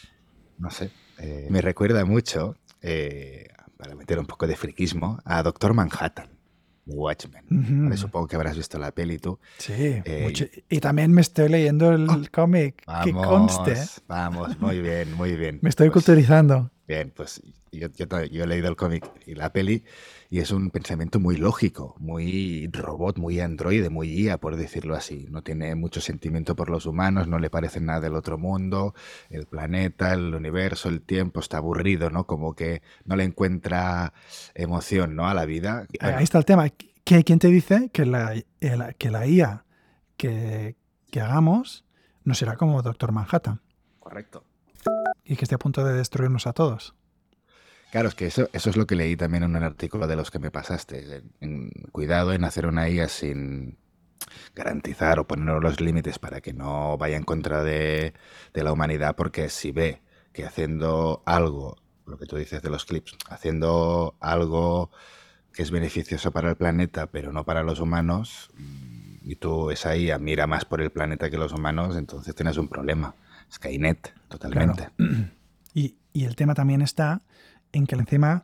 No sé, eh, me recuerda mucho, eh, para meter un poco de friquismo, a Doctor Manhattan, de Watchmen. Ujú. Vale, supongo que habrás visto la peli tú. Sí, Eh, mucho. Y también me estoy leyendo el ¡Oh! cómic, que conste. Vamos, vamos, muy bien, muy bien. Me estoy Pues, culturizando. bien, pues yo, yo ta- yo he leído el cómic y la peli y es un pensamiento muy lógico, muy robot, muy androide, muy I A, por decirlo así. No tiene mucho sentimiento por los humanos, no le parece nada del otro mundo, el planeta, el universo, el tiempo, está aburrido, ¿no? Como que no le encuentra emoción, ¿no? A la vida. Y, Ahí bueno, está el tema. ¿Qui- ¿Quién te dice que la, el- que la I A que, que hagamos no será como Doctor Manhattan correcto. y que esté a punto de destruirnos a todos? Claro, es que eso, eso es lo que leí también en un artículo de los que me pasaste. En- en- cuidado en hacer una I A sin garantizar o poner los límites para que no vaya en contra de, de la humanidad, porque si ve que haciendo algo, lo que tú dices de los clips, haciendo algo que es beneficioso para el planeta, pero no para los humanos, mm, y tú esa I A mira más por el planeta que los humanos, entonces tienes un problema. Skynet, totalmente. Y, y el tema también está en que encima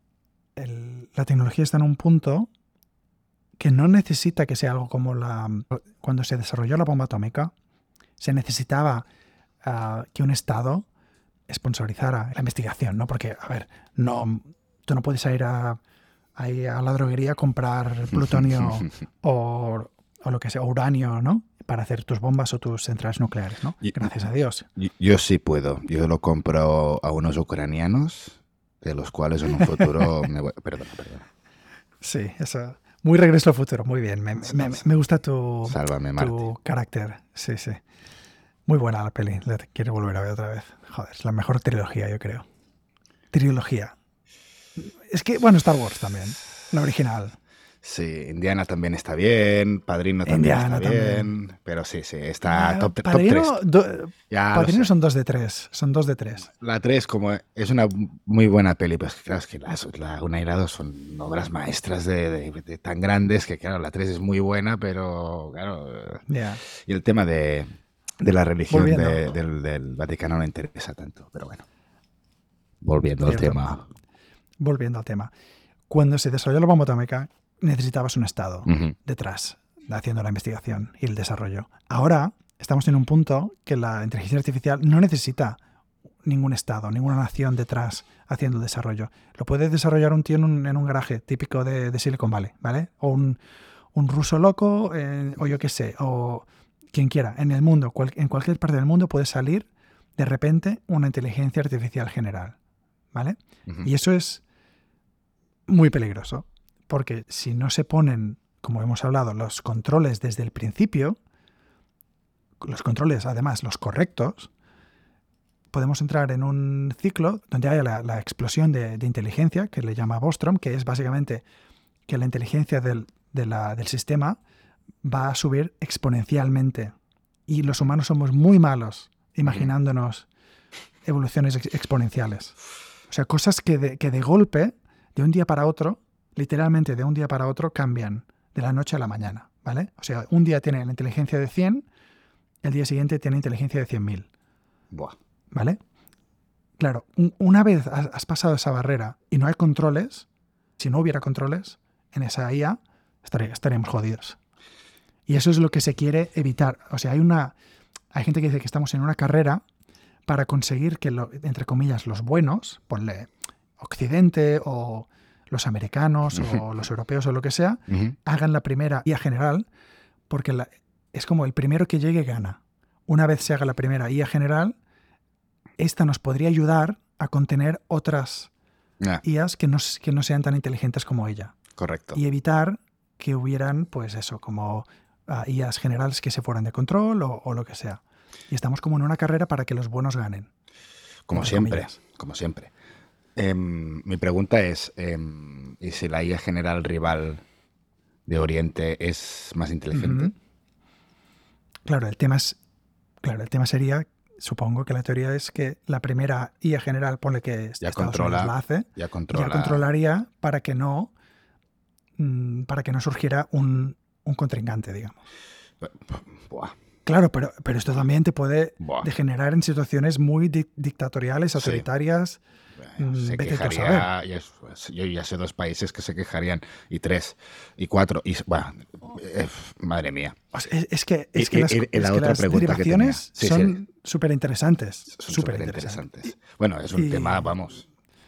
el- la tecnología está en un punto que no necesita que sea algo como la cuando se desarrolló la bomba atómica, se necesitaba ah, que un Estado sponsorizara la investigación, ¿no? Porque, a ver, no, tú no puedes ir a, a, ir a la droguería a comprar plutonio o, o lo que sea, o uranio, ¿no? Para hacer tus bombas o tus centrales nucleares, ¿no? Y- Gracias a Dios. Yo, yo sí puedo. Yo lo compro a unos ucranianos, de los cuales en un futuro me voy... Perdona, perdona. Sí, eso. Muy Regreso al Futuro, muy bien. Me, me- me gusta tu, Sálvame, Marte. tu carácter. Sí, sí. Muy buena la peli, la quiero volver a ver otra vez. Joder, es la mejor trilogía, yo creo. Trilogía. Es que, bueno, Star Wars también, la original. Sí, Indiana también está bien, Padrino también Indiana está bien, también. pero sí, sí, está Eh, top, top Padrino, tres. do- Ya lo Padrino sé. son dos de tres, son dos de tres. La tres como es una muy buena peli, pues claro, es que las, la una y la dos son obras maestras de, de- de tan grandes que claro, la tres es muy buena, pero claro, Ya. y el tema de, de la religión Volviendo. de- del, del Vaticano no interesa tanto, pero bueno. Volviendo al Cierto. tema. Volviendo al tema. Cuando se desarrolló la bomba atómica, necesitabas un Estado Ujú. detrás, haciendo la investigación y el desarrollo. Ahora estamos en un punto que la inteligencia artificial no necesita ningún Estado, ninguna nación detrás haciendo el desarrollo. Lo puede desarrollar un tío en un, en un garaje típico de, de Silicon Valley, ¿vale? O un, un ruso loco, eh, o yo qué sé, o quien quiera. En el mundo, cual, en cualquier parte del mundo puede salir de repente una inteligencia artificial general, ¿vale? Ujú. Y eso es muy peligroso, porque si no se ponen, como hemos hablado, los controles desde el principio, los controles además los correctos, podemos entrar en un ciclo donde haya la, la explosión de, de inteligencia, que le llama Bostrom, que es básicamente que la inteligencia del, de la- del sistema va a subir exponencialmente. Y los humanos somos muy malos imaginándonos evoluciones ex- exponenciales. O sea, cosas que de, que de golpe, de un día para otro, literalmente de un día para otro, cambian de la noche a la mañana, ¿vale? O sea, un día tiene la inteligencia de cien, el día siguiente tiene inteligencia de cien mil, Buah. ¿vale? Claro, un- una vez has, has pasado esa barrera y no hay controles, si no hubiera controles en esa I A, estaré- estaríamos jodidos. Y eso es lo que se quiere evitar. O sea, hay una hay gente que dice que estamos en una carrera para conseguir que, lo- entre comillas, los buenos, ponle Occidente o los americanos o los europeos o lo que sea, Ujú. hagan la primera I A general, porque la- es como el primero que llegue gana. Una vez se haga la primera I A general, esta nos podría ayudar a contener otras Ah, I As que no, s- que no sean tan inteligentes como ella. correcto. Y evitar que hubieran, pues eso, como ah, I As generales que se fueran de control o, o lo que sea. Y estamos como en una carrera para que los buenos ganen. Como entre siempre, comillas. como siempre. Em, mi pregunta es, em, ¿y si la I A general rival de Oriente es más inteligente? Ujú. Claro, el tema es, claro, el tema sería, supongo que la teoría es que la primera I A general, ponle que Ya Estados controla, Unidos la hace, ya controla. ya controlaría para que no, mm, para que no surgiera un, un contrincante, digamos. Buah, Claro, pero, pero esto también te puede buah. degenerar en situaciones muy di- dictatoriales, Sí. autoritarias. Bueno, Mm, se vete tú a quejaría, ya es- pues, yo ya sé dos países que se quejarían, y tres, y cuatro, y bueno, eh, madre mía. O sea, es, es que, es Y- que y- las, y la es que otra las pregunta que derivaciones tenía. Sí, sí. son súper interesantes. Son Súper súper interesantes. interesantes. Bueno, es un Y- tema, vamos,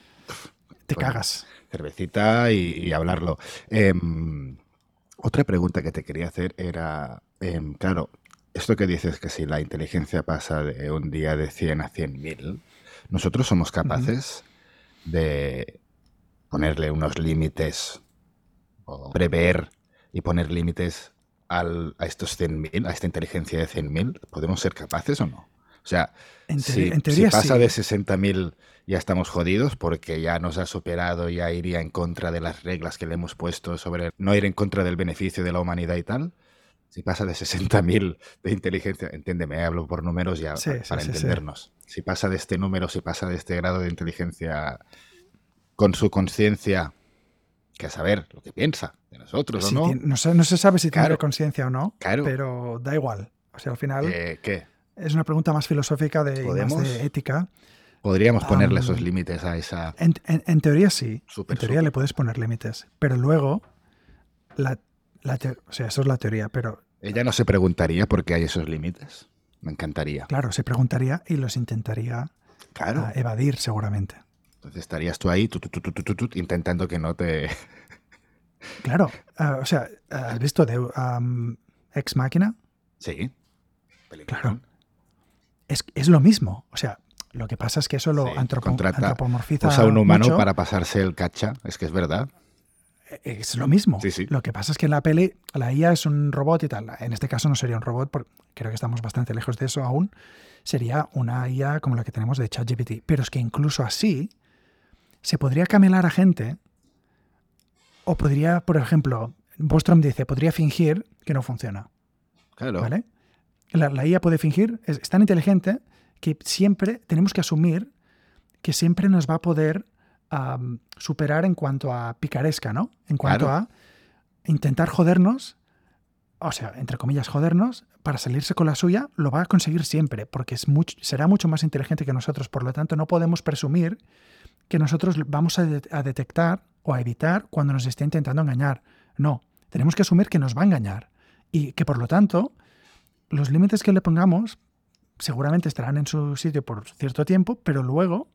Te con cagas. cervecita y, y hablarlo. Em, otra pregunta que te quería hacer era, em, claro, esto que dices que si la inteligencia pasa de un día de cien a cien mil, nosotros somos capaces de ponerle unos límites o prever y poner límites al- a estos cien mil, a esta inteligencia de cien mil. ¿Podemos ser capaces o no? O sea, En, si, teoría- en si teoría pasa sí. de sesenta mil ya estamos jodidos porque ya nos ha superado, ya iría en contra de las reglas que le hemos puesto sobre no ir en contra del beneficio de la humanidad y tal. Si pasa de sesenta mil de inteligencia, entiéndeme, hablo por números ya Sí, pa- sí, para sí, sí. entendernos. Si pasa de este número, si pasa de este grado de inteligencia con su conciencia, que a saber lo que piensa de nosotros Sí, o no, tiene- no, se, no se sabe si Claro. tiene conciencia o no, Claro. pero da igual. O sea, al final eh, ¿qué? es una pregunta más filosófica de, y más ¿Podemos? de ética. Podríamos ponerle Am, esos límites a esa... En, en- en teoría sí. Súper, en teoría súper. le puedes poner límites. Pero luego, la, la teo- o sea, eso es la teoría. Pero Ella no se preguntaría por qué hay esos límites. Me encantaría. claro, se preguntaría y los intentaría Claro. ah, evadir seguramente. Entonces estarías tú ahí, tu, tu, tu, tu, tu, tu, tu, intentando que no te... Claro, ah, o sea, ¿has visto de am, Ex Machina? Sí. Película. Claro. Es, es lo mismo. O sea, lo que pasa es que eso lo Sí, antropo- contrata- antropomorfiza Usa un humano mucho. para pasarse el cacha. Es que es verdad. Es lo mismo. Sí, sí. Lo que pasa es que en la peli la I A es un robot y tal. En este caso no sería un robot, porque creo que estamos bastante lejos de eso aún. Sería una I A como la que tenemos de ChatGPT. Pero es que incluso así se podría camelar a gente o podría, por ejemplo, Bostrom dice, podría fingir que no funciona. Claro. ¿Vale? La, la I A puede fingir, es, es tan inteligente que siempre tenemos que asumir que siempre nos va a poder um, superar en cuanto a picaresca, ¿no? En cuanto Claro. a intentar jodernos, o sea, entre comillas, jodernos, para salirse con la suya, lo va a conseguir siempre, porque es mucho, será mucho más inteligente que nosotros. Por lo tanto, no podemos presumir que nosotros vamos a, de, a detectar o a evitar cuando nos esté intentando engañar. No, tenemos que asumir que nos va a engañar y que, por lo tanto, los límites que le pongamos seguramente estarán en su sitio por cierto tiempo, pero luego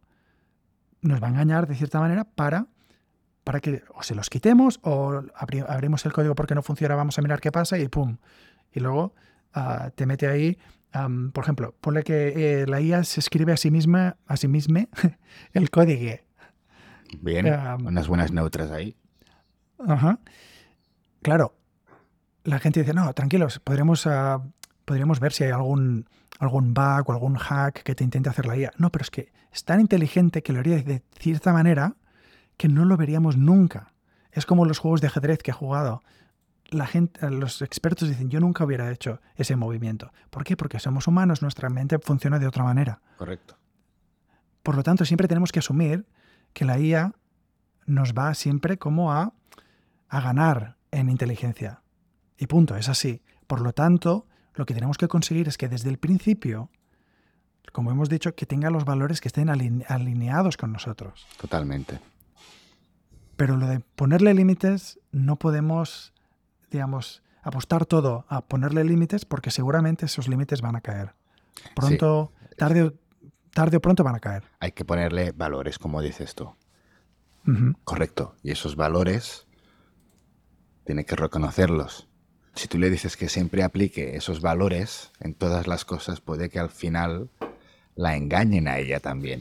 nos va a engañar de cierta manera para, para que o se los quitemos o abri- abrimos el código porque no funciona, vamos a mirar qué pasa y pum. Y luego uh, te mete ahí, um, por ejemplo, ponle que eh, la I A se escribe a sí misma, a sí misma el código. Bien, Um, unas buenas neutras ahí. Ajá. Claro, la gente dice, no, tranquilos, podremos, uh, podríamos ver si hay algún, algún bug o algún hack que te intente hacer la I A. No, pero es que es tan inteligente que lo haría de cierta manera que no lo veríamos nunca. Es como los juegos de ajedrez que he jugado. La gente, los expertos dicen, yo nunca hubiera hecho ese movimiento. ¿Por qué? Porque somos humanos, nuestra mente funciona de otra manera. Correcto. Por lo tanto, siempre tenemos que asumir que la I A nos va siempre como a, a ganar en inteligencia. Y punto, es así. Por lo tanto, lo que tenemos que conseguir es que desde el principio, como hemos dicho, que tenga los valores que estén aline- alineados con nosotros. Totalmente. Pero lo de ponerle límites, no podemos, digamos, apostar todo a ponerle límites porque seguramente esos límites van a caer. Pronto, Sí. tarde, o- tarde o pronto van a caer. Hay que ponerle valores, como dices tú. Uh-huh. Correcto. Y esos valores tiene que reconocerlos. Si tú le dices que siempre aplique esos valores en todas las cosas, puede que al final la engañen a ella también.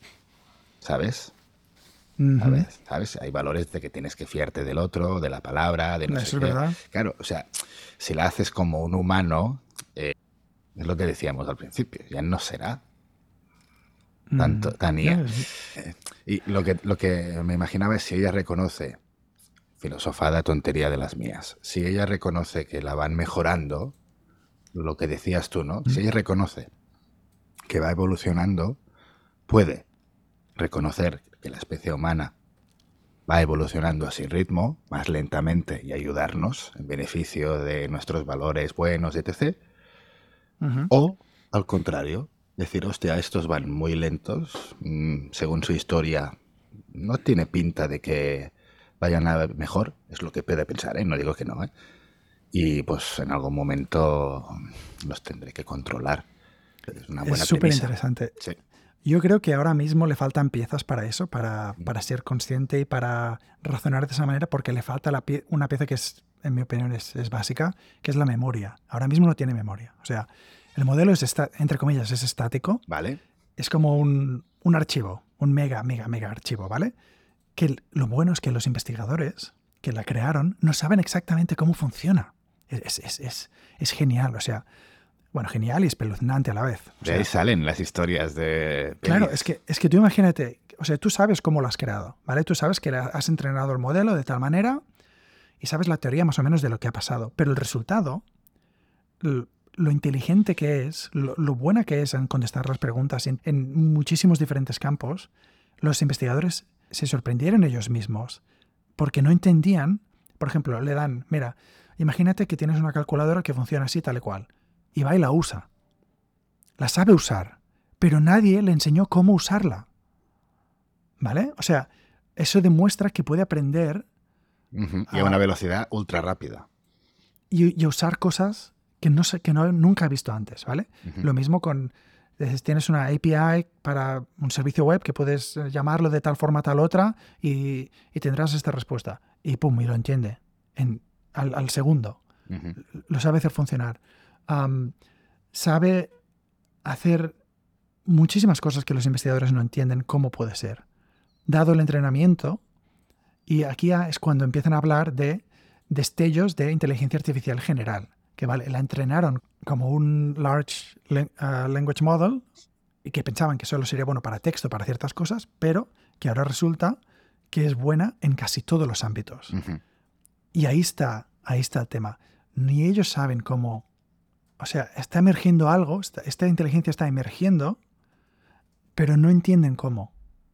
¿Sabes? Uh-huh. ¿Sabes? ¿Sabes? Hay valores de que tienes que fiarte del otro, de la palabra, de no Eso sé es qué. verdad. Claro, o sea, si la haces como un humano, eh, es lo que decíamos al principio, ya no será tanto, tan I A. No, es- Eh, Y lo que, lo que me imaginaba es si ella reconoce, filosofada tontería de las mías, si ella reconoce que la van mejorando, lo que decías tú, ¿no? Si ella reconoce que va evolucionando, puede reconocer que la especie humana va evolucionando a su ritmo, más lentamente, y ayudarnos en beneficio de nuestros valores buenos, etcétera. Ujú. O, al contrario, decir, hostia, estos van muy lentos, mm, según su historia, no tiene pinta de que vayan a mejor, es lo que puede pensar, ¿eh? No digo que no, ¿eh? Y pues en algún momento los tendré que controlar. Es una buena Es súper premisa. interesante. Sí. Yo creo que ahora mismo le faltan piezas para eso, para, para ser consciente y para razonar de esa manera, porque le falta la pie- una pieza que es, en mi opinión, es, es básica, que es la memoria. Ahora mismo no tiene memoria. O sea, el modelo es, esta- entre comillas, es estático. ¿Vale? Es como un, un archivo, un mega, mega, mega archivo, ¿vale? Que el- lo bueno es que los investigadores que la crearon no saben exactamente cómo funciona. Es, es, es, es genial, o sea, bueno, genial y espeluznante a la vez. O De ahí sea, salen las historias de... claro, pelis. es que, es que tú imagínate, o sea, tú sabes cómo lo has creado, ¿vale? Tú sabes que la- has entrenado el modelo de tal manera y sabes la teoría más o menos de lo que ha pasado, pero el resultado, l- lo inteligente que es, lo, lo buena que es en contestar las preguntas en, en muchísimos diferentes campos, los investigadores se sorprendieron ellos mismos porque no entendían, por ejemplo, le dan, mira, imagínate que tienes una calculadora que funciona así, tal y cual, y va y la usa. La sabe usar, pero nadie le enseñó cómo usarla. ¿Vale? O sea, eso demuestra que puede aprender Ujú. Y a a- una velocidad ultra rápida. y, y usar cosas que, no sé, que no, nunca ha visto antes, ¿vale? Ujú. Lo mismo con, eh, tienes una A P I para un servicio web que puedes eh, llamarlo de tal forma, tal otra, y, y tendrás esta respuesta. Y pum, y lo entiende en, al, al segundo. Ujú. Lo sabe hacer funcionar. Am, sabe hacer muchísimas cosas que los investigadores no entienden cómo puede ser. Dado el entrenamiento, Y aquí es cuando empiezan a hablar de destellos de inteligencia artificial general, que vale, la entrenaron como un large uh, language model y que pensaban que solo sería bueno para texto, para ciertas cosas, pero que ahora resulta que es buena en casi todos los ámbitos. Uh-huh. Y ahí está, ahí está el tema. Ni ellos saben cómo... O sea, está emergiendo algo, esta, esta inteligencia está emergiendo, pero no entienden cómo.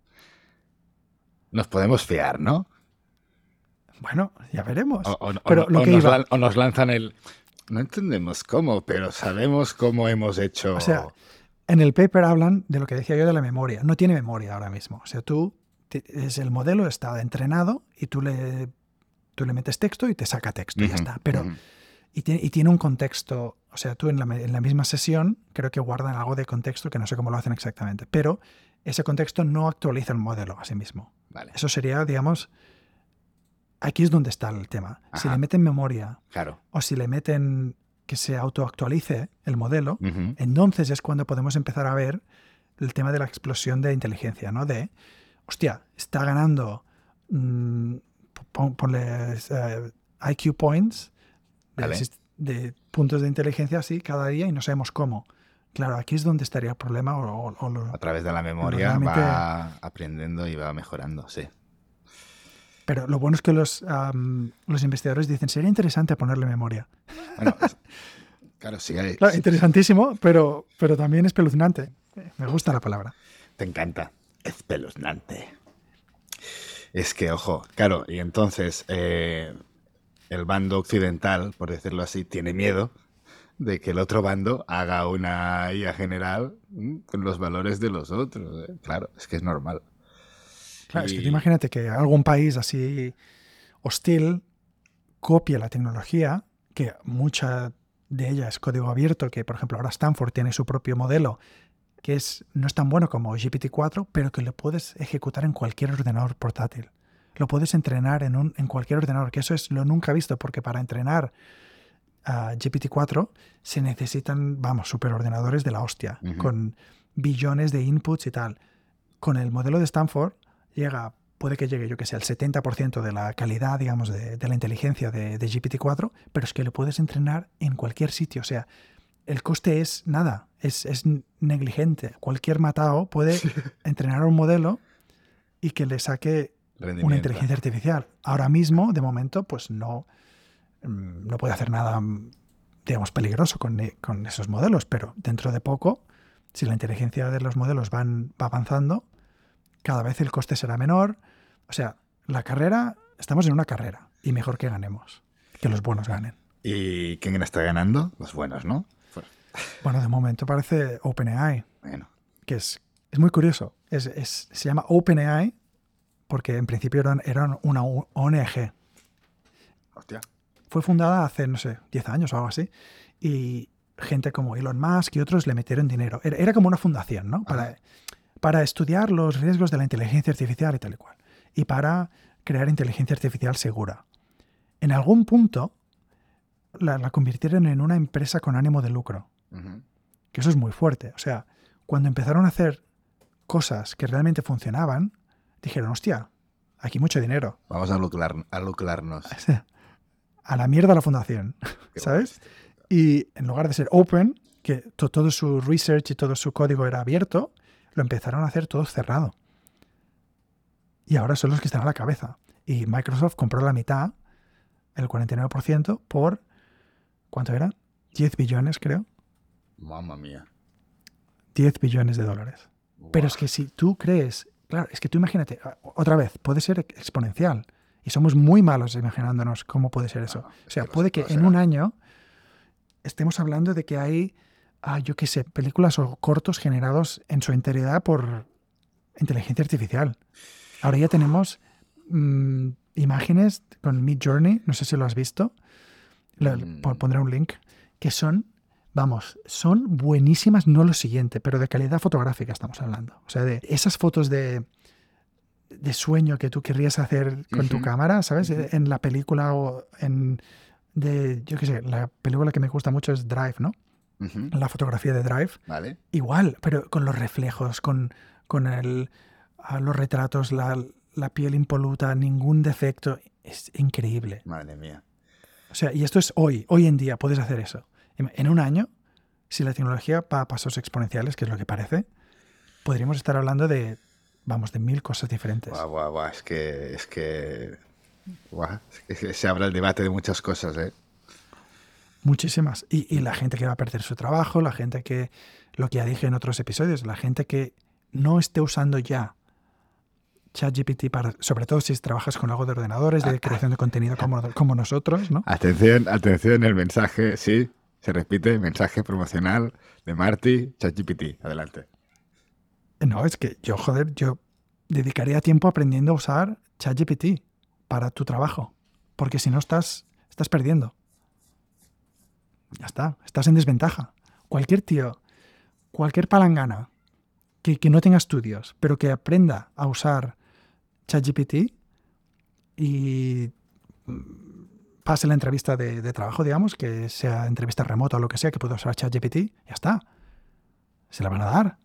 Nos podemos fiar, ¿no? Bueno, ya veremos. O, o, pero o, lo o, que nos iba... lan, o nos lanzan el... No entendemos cómo, pero sabemos cómo hemos hecho... O sea, en el paper hablan de lo que decía yo de la memoria. No tiene memoria ahora mismo. O sea, tú... Es el modelo está entrenado y tú le, tú le metes texto y te saca texto, uh-huh, y ya está. Pero... Uh-huh. Y tiene, y tiene un contexto, o sea, tú en la, en la misma sesión creo que guardan algo de contexto que no sé cómo lo hacen exactamente, pero ese contexto no actualiza el modelo a sí mismo. Vale. Eso sería, digamos, aquí es donde está el tema. Ajá. Si le meten memoria, claro, o si le meten que se autoactualice el modelo, uh-huh, entonces es cuando podemos empezar a ver el tema de la explosión de inteligencia, ¿no? De, hostia, está ganando, mmm, ponle uh, I Q points, De, vale. de puntos de inteligencia así cada día y no sabemos cómo. Claro, aquí es donde estaría el problema. O, o, o lo, a través de la memoria realmente... va aprendiendo y va mejorando, sí. Pero lo bueno es que los, um, los investigadores dicen, sería interesante ponerle memoria. Bueno, pues, claro, sí. Hay... Claro, interesantísimo, pero, pero también espeluznante. Me gusta la palabra. Te encanta. Espeluznante. Es que, ojo, claro, y entonces... Eh... el bando occidental, por decirlo así, tiene miedo de que el otro bando haga una I A general con los valores de los otros. ¿eh? Claro, es que es normal. Claro, y... es que tú imagínate que algún país así hostil copie la tecnología, que mucha de ella es código abierto, que por ejemplo ahora Stanford tiene su propio modelo, que es, no es tan bueno como G P T cuatro, pero que lo puedes ejecutar en cualquier ordenador portátil. Lo puedes entrenar en, un, en cualquier ordenador, que eso es lo nunca visto, porque para entrenar a uh, G P T cuatro se necesitan, vamos, superordenadores de la hostia, uh-huh, con billones de inputs y tal. Con el modelo de Stanford llega, puede que llegue, yo que sé, al setenta por ciento de la calidad, digamos, de, de la inteligencia de, de G P T cuatro, pero es que lo puedes entrenar en cualquier sitio. O sea, el coste es nada, es, es negligente. Cualquier matao puede entrenar un modelo y que le saque una inteligencia artificial. Ahora mismo, de momento, pues no, no puede hacer nada, digamos, peligroso con, con esos modelos, pero dentro de poco, si la inteligencia de los modelos van, va avanzando, cada vez el coste será menor. O sea, la carrera, estamos en una carrera y mejor que ganemos, que los buenos ganen. ¿Y quién está ganando? Los buenos, ¿no? Bueno, de momento parece OpenAI, bueno. que es, es muy curioso. Es, es, se llama OpenAI porque en principio eran, eran una O N G. Hostia. Fue fundada hace, no sé, diez años o algo así, y gente como Elon Musk y otros le metieron dinero. Era, era como una fundación, ¿no? Para, para estudiar los riesgos de la inteligencia artificial y tal y cual. Y para crear inteligencia artificial segura. En algún punto la, la convirtieron en una empresa con ánimo de lucro. Uh-huh. Que eso es muy fuerte. O sea, cuando empezaron a hacer cosas que realmente funcionaban, dijeron, hostia, aquí mucho dinero. Vamos a, lucrar, a lucrarnos. A la mierda la fundación, Qué ¿sabes? Bueno. Y en lugar de ser open, que to, todo su research y todo su código era abierto, lo empezaron a hacer todo cerrado. Y ahora son los que están a la cabeza. Y Microsoft compró la mitad, el cuarenta y nueve por ciento, por, ¿cuánto era? diez billones, creo. Mamma mía. diez billones de dólares. Wow. Pero es que si tú crees... Claro, es que tú imagínate, otra vez, puede ser exponencial. Y somos muy malos imaginándonos cómo puede ser eso. No, o sea, que puede que en un año estemos hablando de que hay, ah, yo qué sé, películas o cortos generados en su integridad por inteligencia artificial. Ahora ya tenemos mmm, imágenes con Midjourney, no sé si lo has visto, le, mm. pondré un link, que son... Vamos, son buenísimas, no lo siguiente, pero de calidad fotográfica estamos hablando. O sea, de esas fotos de, de sueño que tú querrías hacer con uh-huh. tu cámara, ¿sabes? Uh-huh. En la película o en... de yo qué sé, la película que me gusta mucho es Drive, ¿no? Uh-huh. La fotografía de Drive. Vale. Igual, pero con los reflejos, con, con el, los retratos, la, la piel impoluta, ningún defecto. Es increíble. Madre mía. O sea, y esto es hoy, hoy en día puedes hacer eso. En un año, si la tecnología va a pasos exponenciales, que es lo que parece, podríamos estar hablando de, vamos, de mil cosas diferentes. Guau, guau, guau. Es que, es que, guau, es que se abre el debate de muchas cosas, ¿eh? Muchísimas. Y, y la gente que va a perder su trabajo, la gente que, lo que ya dije en otros episodios, la gente que no esté usando ya ChatGPT, para, sobre todo si trabajas con algo de ordenadores, de creación de contenido como, como nosotros, ¿no? Atención, atención, el mensaje, sí, se repite, mensaje promocional de Marty, ChatGPT. Adelante. No, es que yo, joder, yo dedicaría tiempo aprendiendo a usar ChatGPT para tu trabajo, porque si no estás, estás perdiendo. Ya está, estás en desventaja. Cualquier tío, cualquier palangana que, que no tenga estudios, pero que aprenda a usar ChatGPT y pase la entrevista de, de trabajo, digamos, que sea entrevista remota o lo que sea, que pueda usar ChatGPT, ya está. Se la van a dar.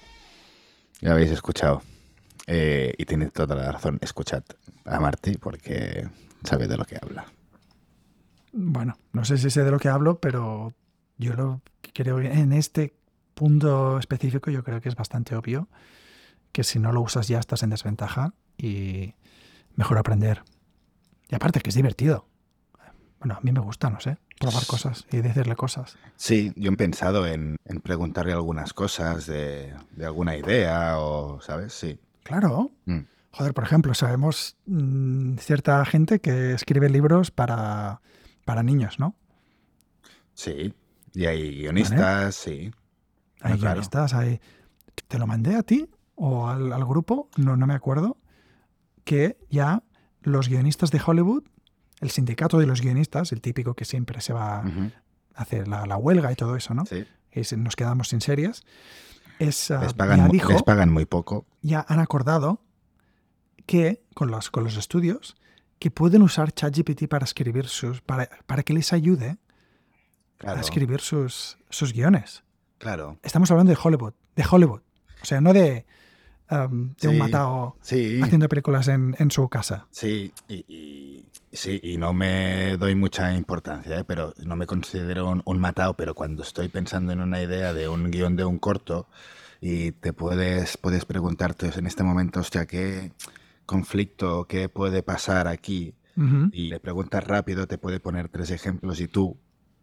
Ya habéis escuchado. Eh, y tiene toda la razón. Escuchad a Marty porque sabe de lo que habla. Bueno, no sé si sé de lo que hablo, pero yo lo creo que en este punto específico yo creo que es bastante obvio que si no lo usas ya estás en desventaja y mejor aprender. Y aparte que es divertido. Bueno, a mí me gusta, no sé, probar cosas y decirle cosas. Sí, yo he pensado en, en preguntarle algunas cosas de, de alguna idea o, ¿sabes? Sí. Claro. Mm. Joder, por ejemplo, sabemos mmm, cierta gente que escribe libros para, para niños, ¿no? Sí, y hay guionistas, ¿vale? Sí. Hay no, guionistas, claro. hay... ¿Te lo mandé a ti o al, al grupo? No, no me acuerdo. Que ya los guionistas de Hollywood, el sindicato de los guionistas, el típico que siempre se va uh-huh. a hacer la, la huelga y todo eso, ¿no? Sí. Y se, nos quedamos sin series. Es, uh, les, pagan, ya dijo, les pagan muy poco. Ya han acordado que con los, con los estudios que pueden usar ChatGPT para escribir sus, para, para que les ayude claro. a escribir sus, sus guiones. Claro. Estamos hablando de Hollywood, de Hollywood. O sea, no de, um, de sí, un matao sí. haciendo películas en, en su casa. Sí, y, y, sí, y no me doy mucha importancia, ¿eh? Pero no me considero un, un matao, pero cuando estoy pensando en una idea de un guión de un corto y te puedes, puedes preguntarte en este momento, hostia, ¿qué conflicto, qué puede pasar aquí? Uh-huh. Y le preguntas rápido, te puede poner tres ejemplos y tú,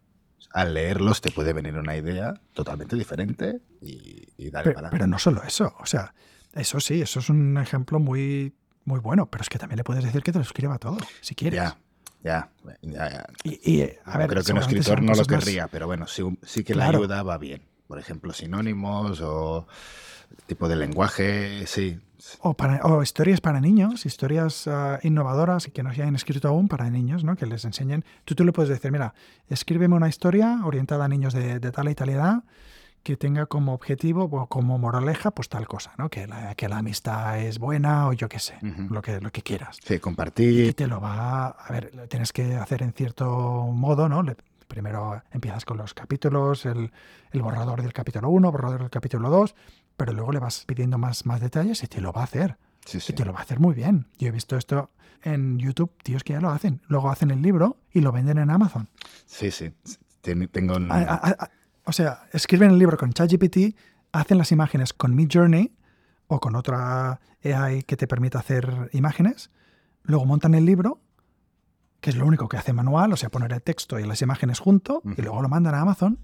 al leerlos, te puede venir una idea totalmente diferente y, y darle pero, para pero no solo eso, o sea, eso sí, eso es un ejemplo muy, muy bueno, pero es que también le puedes decir que te lo escriba todo, si quieres. Ya, ya, ya. ya. Y, y, a ver, creo que un escritor no lo querría, más... pero bueno, sí, sí que claro. la ayuda va bien. Por ejemplo, sinónimos o tipo de lenguaje, sí. O, para, o historias para niños, historias uh, innovadoras que no se hayan escrito aún para niños, ¿no? Que les enseñen. Tú, tú le puedes decir, mira, escríbeme una historia orientada a niños de, de tal y tal edad que tenga como objetivo o como moraleja, pues tal cosa, ¿no? Que la, que la amistad es buena o yo qué sé, uh-huh. lo, que, lo que quieras. Sí, compartir. Y te lo va a... A ver, lo tienes que hacer en cierto modo, ¿no? Le, primero empiezas con los capítulos, el, el borrador del capítulo uno, borrador del capítulo dos, pero luego le vas pidiendo más, más detalles y te lo va a hacer. Sí, sí. Y te lo va a hacer muy bien. Yo he visto esto en YouTube, tíos que ya lo hacen. Luego hacen el libro y lo venden en Amazon. Sí, sí. Tengo un... a, a, a, o sea, escriben el libro con ChatGPT, hacen las imágenes con Midjourney o con otra A I que te permite hacer imágenes, luego montan el libro, que es lo único que hace manual, o sea, poner el texto y las imágenes junto, uh-huh. y luego lo mandan a Amazon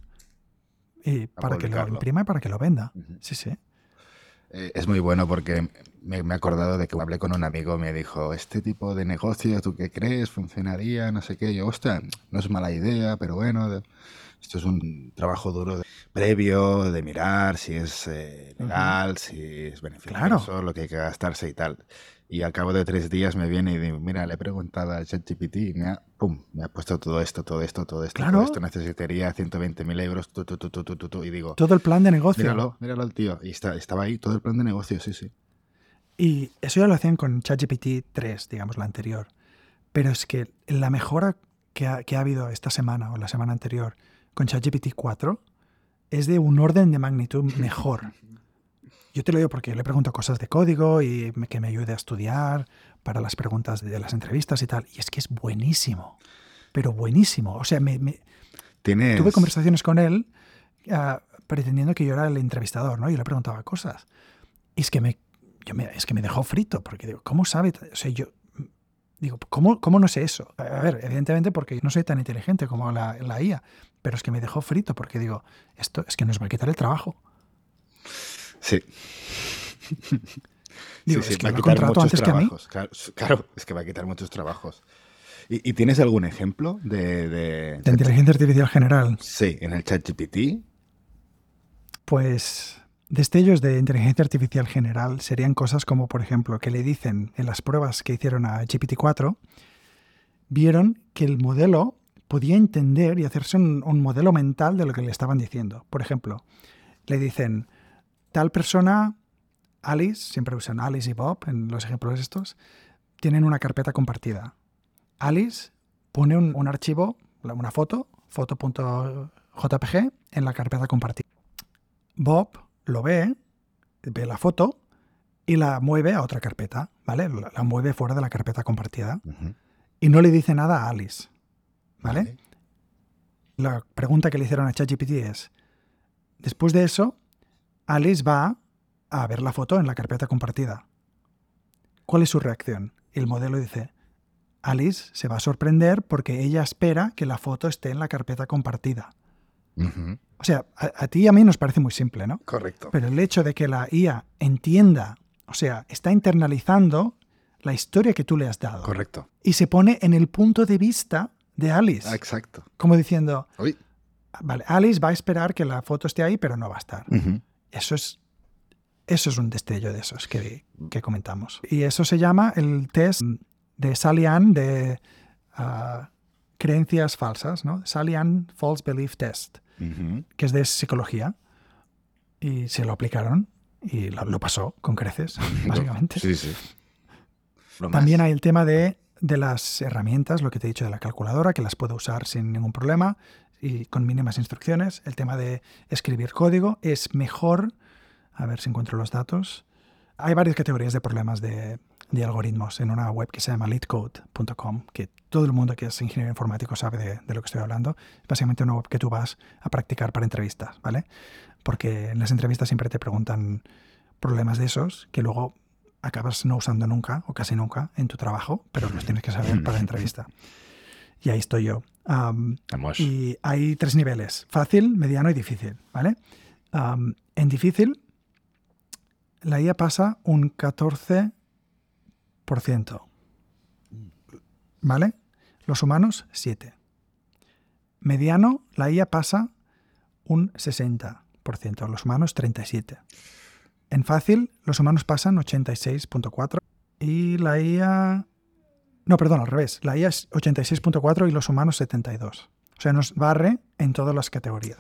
y para que lo imprima y para que lo venda. Uh-huh. Sí, sí. Eh, es muy bueno porque me, me he acordado de que hablé con un amigo, me dijo, este tipo de negocio, ¿tú qué crees? ¿Funcionaría? No sé qué. Y yo, hostia, no es mala idea, pero bueno, de, esto es un trabajo duro de, previo, de mirar si es eh, legal, uh-huh. si es beneficioso, claro. lo que hay que gastarse y tal. Y al cabo de tres días me viene y digo, mira, le he preguntado a ChatGPT y me ha, pum, me ha puesto todo esto, todo esto, todo esto, claro. todo esto. Necesitaría ciento veinte mil euros, tu, tu, tu, tu, tu, tu, tu, y digo... Todo el plan de negocio. Míralo, míralo al tío. Y está, estaba ahí, todo el plan de negocio, sí, sí. Y eso ya lo hacían con ChatGPT tres, digamos, la anterior. Pero es que la mejora que ha, que ha habido esta semana o la semana anterior con ChatGPT cuatro es de un orden de magnitud mejor. Yo te lo digo porque le pregunto cosas de código y me, que me ayude a estudiar para las preguntas de las entrevistas y tal. Y es que es buenísimo, pero buenísimo. O sea, me, me... ¿Tienes... tuve conversaciones con él uh, pretendiendo que yo era el entrevistador, ¿no? Yo le preguntaba cosas. Y es que me, yo me, es que me dejó frito, porque digo, ¿cómo sabe? O sea, yo digo, ¿cómo, cómo no sé eso? A ver, evidentemente porque no soy tan inteligente como la, la I A, pero es que me dejó frito porque digo, esto es que nos va a quitar el trabajo. Sí. Digo, sí, sí, es que va a lo quitar contrato muchos antes que a mí. trabajos. Claro, claro, es que va a quitar muchos trabajos. ¿Y, y tienes algún ejemplo de... De, de inteligencia artificial general? Sí, en el ChatGPT. Pues destellos de inteligencia artificial general serían cosas como, por ejemplo, que le dicen en las pruebas que hicieron a G P T cuatro, vieron que el modelo podía entender y hacerse un, un modelo mental de lo que le estaban diciendo. Por ejemplo, le dicen, tal persona, Alice, siempre usan Alice y Bob en los ejemplos estos, tienen una carpeta compartida. Alice pone un, un archivo, una foto, foto.jpg, en la carpeta compartida. Bob lo ve, ve la foto y la mueve a otra carpeta, ¿vale? La, la mueve fuera de la carpeta compartida. Uh-huh. Y no le dice nada a Alice, ¿vale? Vale. La pregunta que le hicieron a ChatGPT es, después de eso, Alice va a ver la foto en la carpeta compartida. ¿Cuál es su reacción? Y el modelo dice, Alice se va a sorprender porque ella espera que la foto esté en la carpeta compartida. Uh-huh. O sea, a, a ti y a mí nos parece muy simple, ¿no? Correcto. Pero el hecho de que la I A entienda, o sea, está internalizando la historia que tú le has dado. Correcto. Y se pone en el punto de vista de Alice. Ah, exacto. Como diciendo, Uy. Vale, Alice va a esperar que la foto esté ahí, pero no va a estar. Uh-huh. Eso es, eso es un destello de esos que, que comentamos. Y eso se llama el test de Sally-Ann de uh, creencias falsas, ¿no? Sally-Ann False Belief Test, uh-huh. que es de psicología. Y se lo aplicaron y lo, lo pasó con creces, básicamente. Sí, sí. También hay el tema de, de las herramientas, lo que te he dicho de la calculadora, que las puedo usar sin ningún problema y con mínimas instrucciones. El tema de escribir código es mejor. A ver si encuentro los datos. Hay varias categorías de problemas de, de algoritmos en una web que se llama leetcode punto com, que todo el mundo que es ingeniero informático sabe de, de lo que estoy hablando. Es básicamente una web que tú vas a practicar para entrevistas, ¿vale? Porque en las entrevistas siempre te preguntan problemas de esos que luego acabas no usando nunca o casi nunca en tu trabajo, pero los tienes que saber para la entrevista. Y ahí estoy yo. Um, y hay tres niveles, fácil, mediano y difícil, ¿vale? Um, en difícil, la I A pasa un catorce por ciento, ¿vale? Los humanos, siete. Mediano, la I A pasa un sesenta por ciento, los humanos, treinta y siete por ciento. En fácil, los humanos pasan ochenta y seis punto cuatro y la I A... No, perdón, al revés. La I A es ochenta y seis punto cuatro y los humanos setenta y dos. O sea, nos barre en todas las categorías.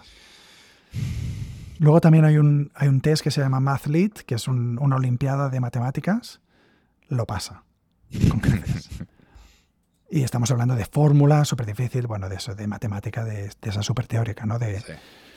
Luego también hay un, hay un test que se llama MathLead, que es un, una olimpiada de matemáticas. Lo pasa, con creces. Y estamos hablando de fórmula súper difícil, bueno, de eso, de matemática, de, de esa súper teórica, ¿no? De... Sí.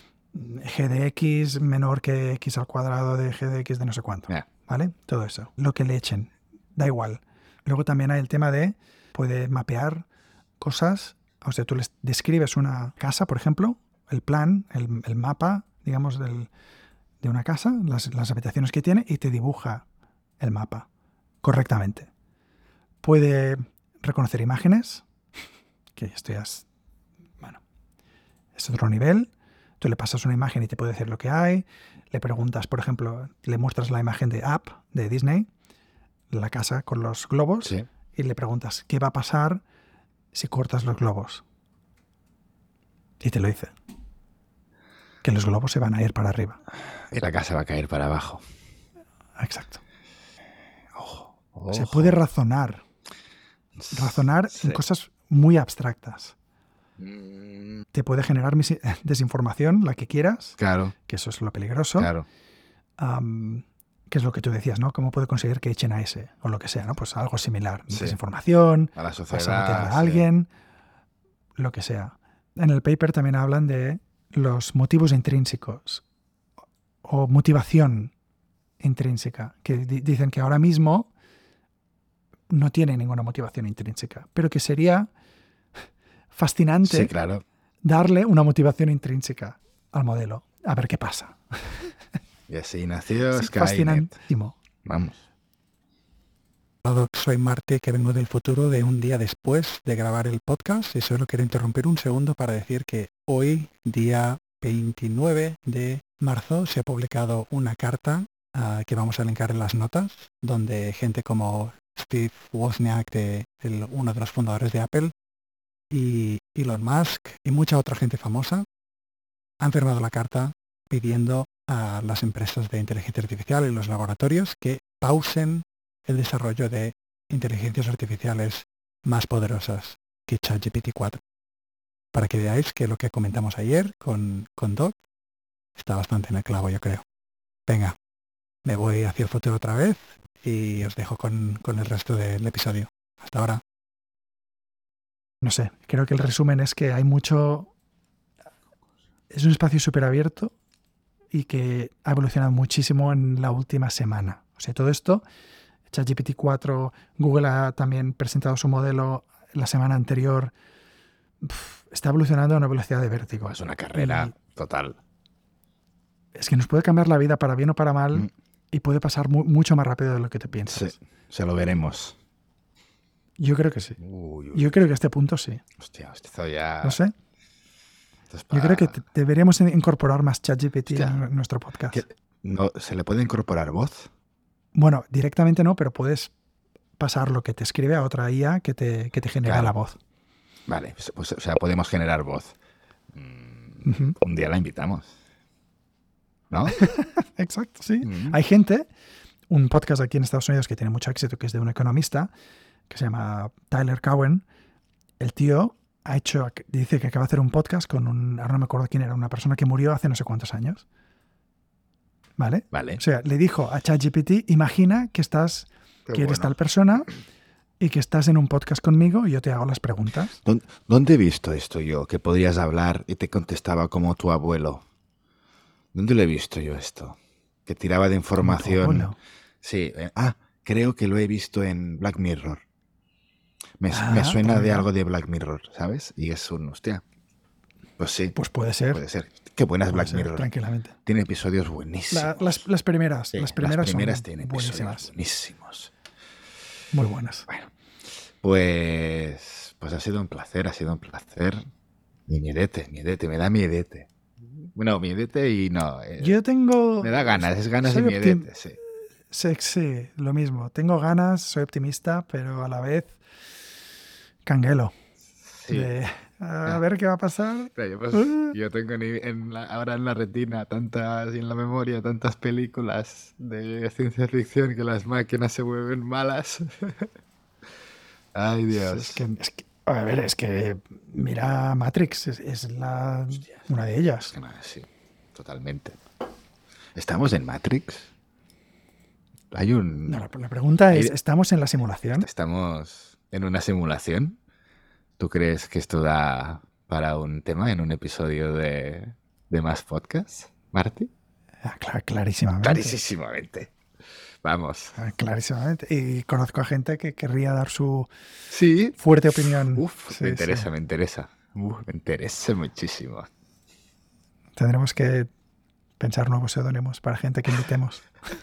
G de X menor que X al cuadrado de G de X de no sé cuánto, yeah. ¿Vale? Todo eso. Lo que le echen, da igual. Luego también hay el tema de, puede mapear cosas, o sea, tú les describes una casa, por ejemplo, el plan, el, el mapa, digamos, del, de una casa, las, las habitaciones que tiene, y te dibuja el mapa correctamente. Puede reconocer imágenes, que esto ya es, bueno, es otro nivel. Tú le pasas una imagen y te puede decir lo que hay. Le preguntas, por ejemplo, le muestras la imagen de Up, de Disney, la casa con los globos, sí. Y le preguntas, ¿qué va a pasar si cortas los globos? Y te lo dice. Que los globos se van a ir para arriba. Y la casa va a caer para abajo. Exacto. Ojo, ojo. Se puede razonar. Razonar sí. En cosas muy abstractas. Te puede generar desinformación, la que quieras. Claro. Que eso es lo peligroso. Claro. Um, que es lo que tú decías, ¿no? ¿Cómo puede conseguir que echen a ese? O lo que sea, ¿no? Pues algo similar. Sí. Desinformación. A la sociedad. A alguien. Sí. Lo que sea. En el paper también hablan de los motivos intrínsecos. O motivación intrínseca, que di- dicen que ahora mismo no tiene ninguna motivación intrínseca, pero que sería fascinante Sí, claro. darle una motivación intrínseca al modelo. A ver qué pasa. Y así nació Sí, Skynet. fascinantísimo. Vamos. Soy Marty, que vengo del futuro, de un día después de grabar el podcast, y solo quiero interrumpir un segundo para decir que hoy, día veintinueve de marzo, se ha publicado una carta uh, que vamos a linkar en las notas, donde gente como Steve Wozniak, de el, uno de los fundadores de Apple, y Elon Musk y mucha otra gente famosa han firmado la carta pidiendo a las empresas de inteligencia artificial y los laboratorios que pausen el desarrollo de inteligencias artificiales más poderosas que ChatGPT cuatro. Para que veáis que lo que comentamos ayer con, con Doc está bastante en el clavo, yo creo. Venga, me voy hacia el futuro otra vez y os dejo con, con el resto del episodio. Hasta ahora. No sé, creo que el resumen es que hay mucho... Es un espacio súper abierto y que ha evolucionado muchísimo en la última semana. O sea, todo esto, ChatGPT cuatro, Google ha también presentado su modelo la semana anterior. Uf, está evolucionando a una velocidad de vértigo. Es una carrera y total. Es que nos puede cambiar la vida para bien o para mal Mm. y puede pasar mu- mucho más rápido de lo que te piensas. Sí, se lo veremos. Yo creo que sí. Uy, uy, Yo creo que a este punto sí. hostia, esto ya... No sé. esto es Yo pa- creo que te- deberíamos in- incorporar más ChatGPT Hostia. en nuestro podcast. ¿Qué? No, ¿se le puede incorporar voz? Bueno, directamente no, pero puedes pasar lo que te escribe a otra I A que te, que te genera Claro. la voz. Vale, pues, pues, o sea, podemos generar voz. Mm, Ujú. Un día la invitamos. ¿No? Exacto, sí. Mm. Hay gente, un podcast aquí en Estados Unidos que tiene mucho éxito, que es de un economista, que se llama Tyler Cowen. El tío ha hecho, dice que acaba de hacer un podcast con un, ahora no me acuerdo quién era, una persona que murió hace no sé cuántos años. ¿Vale? Vale. O sea, le dijo a ChatGPT, imagina que estás, Qué que eres bueno. tal persona y que estás en un podcast conmigo y yo te hago las preguntas. ¿Dó- ¿Dónde he visto esto yo? Que podías hablar y te contestaba como tu abuelo. ¿Dónde lo he visto yo esto? Que tiraba de Como tu información. abuelo. Sí. eh, ah, creo que lo he visto en Black Mirror. Me, Ah, me suena pues de mira. algo de Black Mirror, ¿sabes? Y es un, hostia. Pues sí, Pues puede ser. puede ser. Qué buenas puede Black ser, Mirror. tranquilamente. Tiene episodios buenísimos. La- las, las primeras, Sí, las primeras, primeras son tienen buenísimas. episodios buenísimos. Muy buenas. Bueno, pues, pues ha sido un placer, ha sido un placer. Y miedete, miedete, me da miedete. Bueno, miedete y no. eh, Yo tengo... me da ganas, es ganas y soy miedete, optim- sí. Sí, sí, lo mismo. Tengo ganas, soy optimista, pero a la vez canguelo. Sí. De, a Ya. ver qué va a pasar. Claro, yo, pues, Ah. yo tengo en, en la- ahora en la retina tantas y en la memoria tantas películas de ciencia ficción que las máquinas se vuelven malas. Ay, Dios. Es que, es que- a ver, es que mira Matrix, es, es la, una de ellas. Ah, sí, totalmente. ¿Estamos en Matrix? Hay un... No, la, la pregunta es, Ahí- ¿estamos en la simulación? ¿Estamos en una simulación? ¿Tú crees que esto da para un tema en un episodio de, de más podcast, Marty? Ah, clar- clarísimamente. Clarísimamente. Vamos. Ah, Clarísimamente. Y conozco a gente que querría dar su Sí. fuerte opinión. Uf, Sí, me sí. interesa, me interesa. Uf, me interesa muchísimo. Tendremos que pensar nuevos seudónimos para gente que invitemos.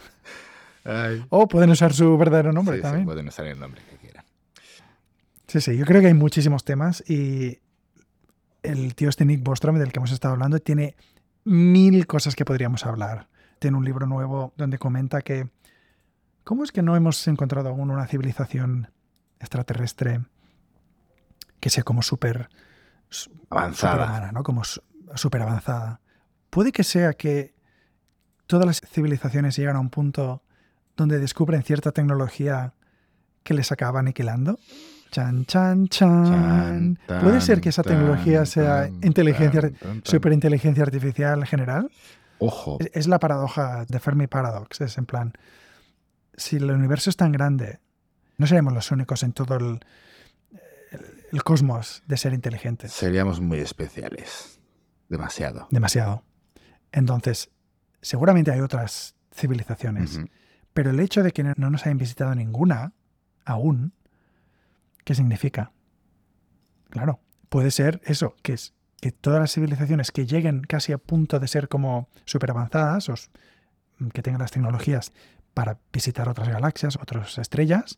Ay. O pueden usar su verdadero nombre Sí, sí, también. pueden usar el nombre que quieran. Sí, sí, yo creo que hay muchísimos temas y el tío este Nick Bostrom, del que hemos estado hablando, tiene mil cosas que podríamos hablar. Tiene un libro nuevo donde comenta que ¿cómo es que no hemos encontrado aún una civilización extraterrestre que sea como súper su- Avanzada. superhumana, ¿no? Como su- súper avanzada? Puede que sea que todas las civilizaciones llegan a un punto donde descubren cierta tecnología que les acaba aniquilando. Chan, chan, chan. Chan, ¿Puede ser tan, que esa tan, tecnología sea tan, inteligencia, tan, tan, tan. superinteligencia artificial general? Ojo. Es, es la paradoja de Fermi Paradox. Es en plan, si el universo es tan grande, no seremos los únicos en todo el, el, el cosmos de ser inteligentes. Seríamos muy especiales. Demasiado. Demasiado. Entonces, seguramente hay otras civilizaciones. Ujú. Pero el hecho de que no nos hayan visitado ninguna, aún, ¿qué significa? Claro, puede ser eso, que es que todas las civilizaciones que lleguen casi a punto de ser como súper avanzadas, o que tengan las tecnologías para visitar otras galaxias, otras estrellas,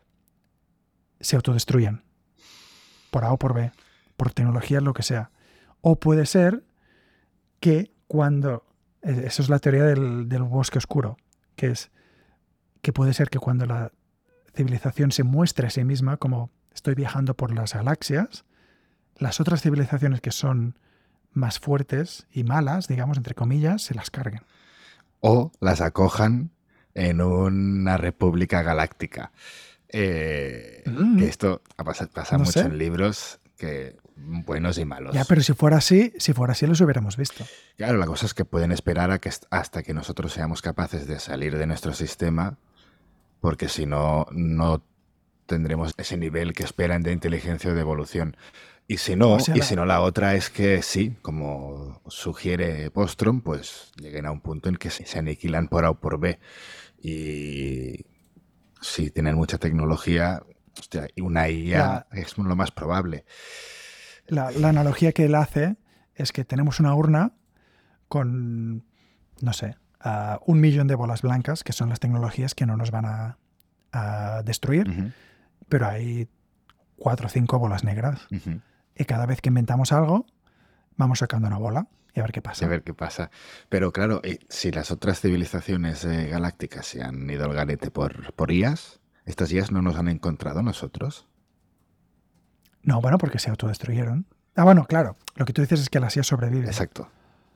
se autodestruyan. Por A o por B, por tecnología, lo que sea. O puede ser que cuando... Eso es la teoría del, del bosque oscuro, que es que puede ser que cuando la civilización se muestre a sí misma como estoy viajando por las galaxias, las otras civilizaciones que son más fuertes y malas, digamos, entre comillas, se las carguen. O las acojan en una república galáctica. Eh, Mm. que esto pasa, pasa No mucho sé. en libros, que buenos y malos. Ya, pero si fuera así, si fuera así, los hubiéramos visto. Claro, la cosa es que pueden esperar a que est- hasta que nosotros seamos capaces de salir de nuestro sistema, porque si no, no tendremos ese nivel que esperan de inteligencia o de evolución. Y si no, O sea, y la- si no la otra es que sí, como sugiere Postrom, pues lleguen a un punto en que se se aniquilan por A o por B. Y si tienen mucha tecnología, hostia, y una I A La- es lo más probable. La, la analogía que él hace es que tenemos una urna con, no sé, ah, un millón de bolas blancas, que son las tecnologías que no nos van a, a destruir, Ujú, pero hay cuatro o cinco bolas negras. ujú. Y cada vez que inventamos algo, vamos sacando una bola y a ver qué Y pasa. a ver qué pasa. Pero claro, eh, si las otras civilizaciones eh, galácticas se han ido al garete por, por I As, estas I As no nos han encontrado a nosotros. No, bueno, porque se autodestruyeron. Ah, bueno, claro. Lo que tú dices es que las I A sobreviven. Exacto.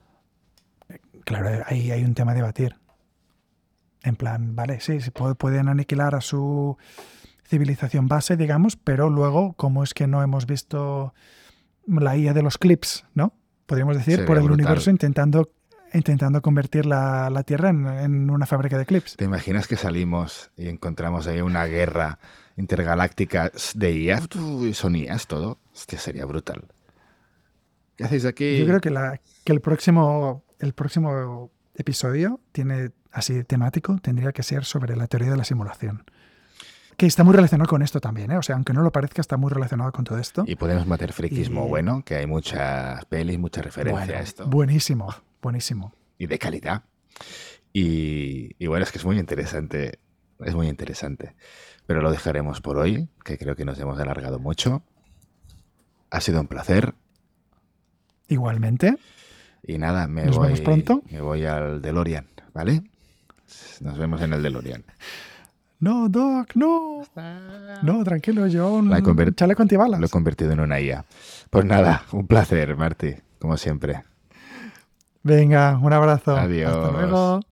Claro, ahí hay un tema a debatir. En plan, vale, sí, se puede- pueden aniquilar a su civilización base, digamos, pero luego, ¿cómo es que no hemos visto la I A de los clips, ¿no? Podríamos decir, Sería por el brutal. universo intentando, intentando convertir la, la Tierra en, en una fábrica de clips. ¿Te imaginas que salimos y encontramos ahí una guerra intergaláctica de I As? Uy, son I As todo. Hostia, sería brutal. ¿Qué hacéis aquí? Yo creo que, la, que el, próximo, el próximo episodio tiene así temático, tendría que ser sobre la teoría de la simulación. Que está muy relacionado con esto también, ¿eh? O sea, aunque no lo parezca, está muy relacionado con todo esto. Y podemos meter friquismo Y- bueno, que hay muchas pelis, mucha referencia Bueno, a esto. buenísimo, buenísimo. Y de calidad. Y, y bueno, es que es muy interesante. Es muy interesante. Pero lo dejaremos por hoy, que creo que nos hemos alargado mucho. Ha sido un placer. Igualmente, Y nada, me Nos voy, vemos pronto. me voy al DeLorean, ¿vale? Nos vemos en el DeLorean. no, Doc, no. No, tranquilo, yo un La he conver- chaleco antibalas. Lo he convertido en una I A. Pues nada, un placer, Marti, como siempre. Venga, un abrazo. Adiós. Hasta luego.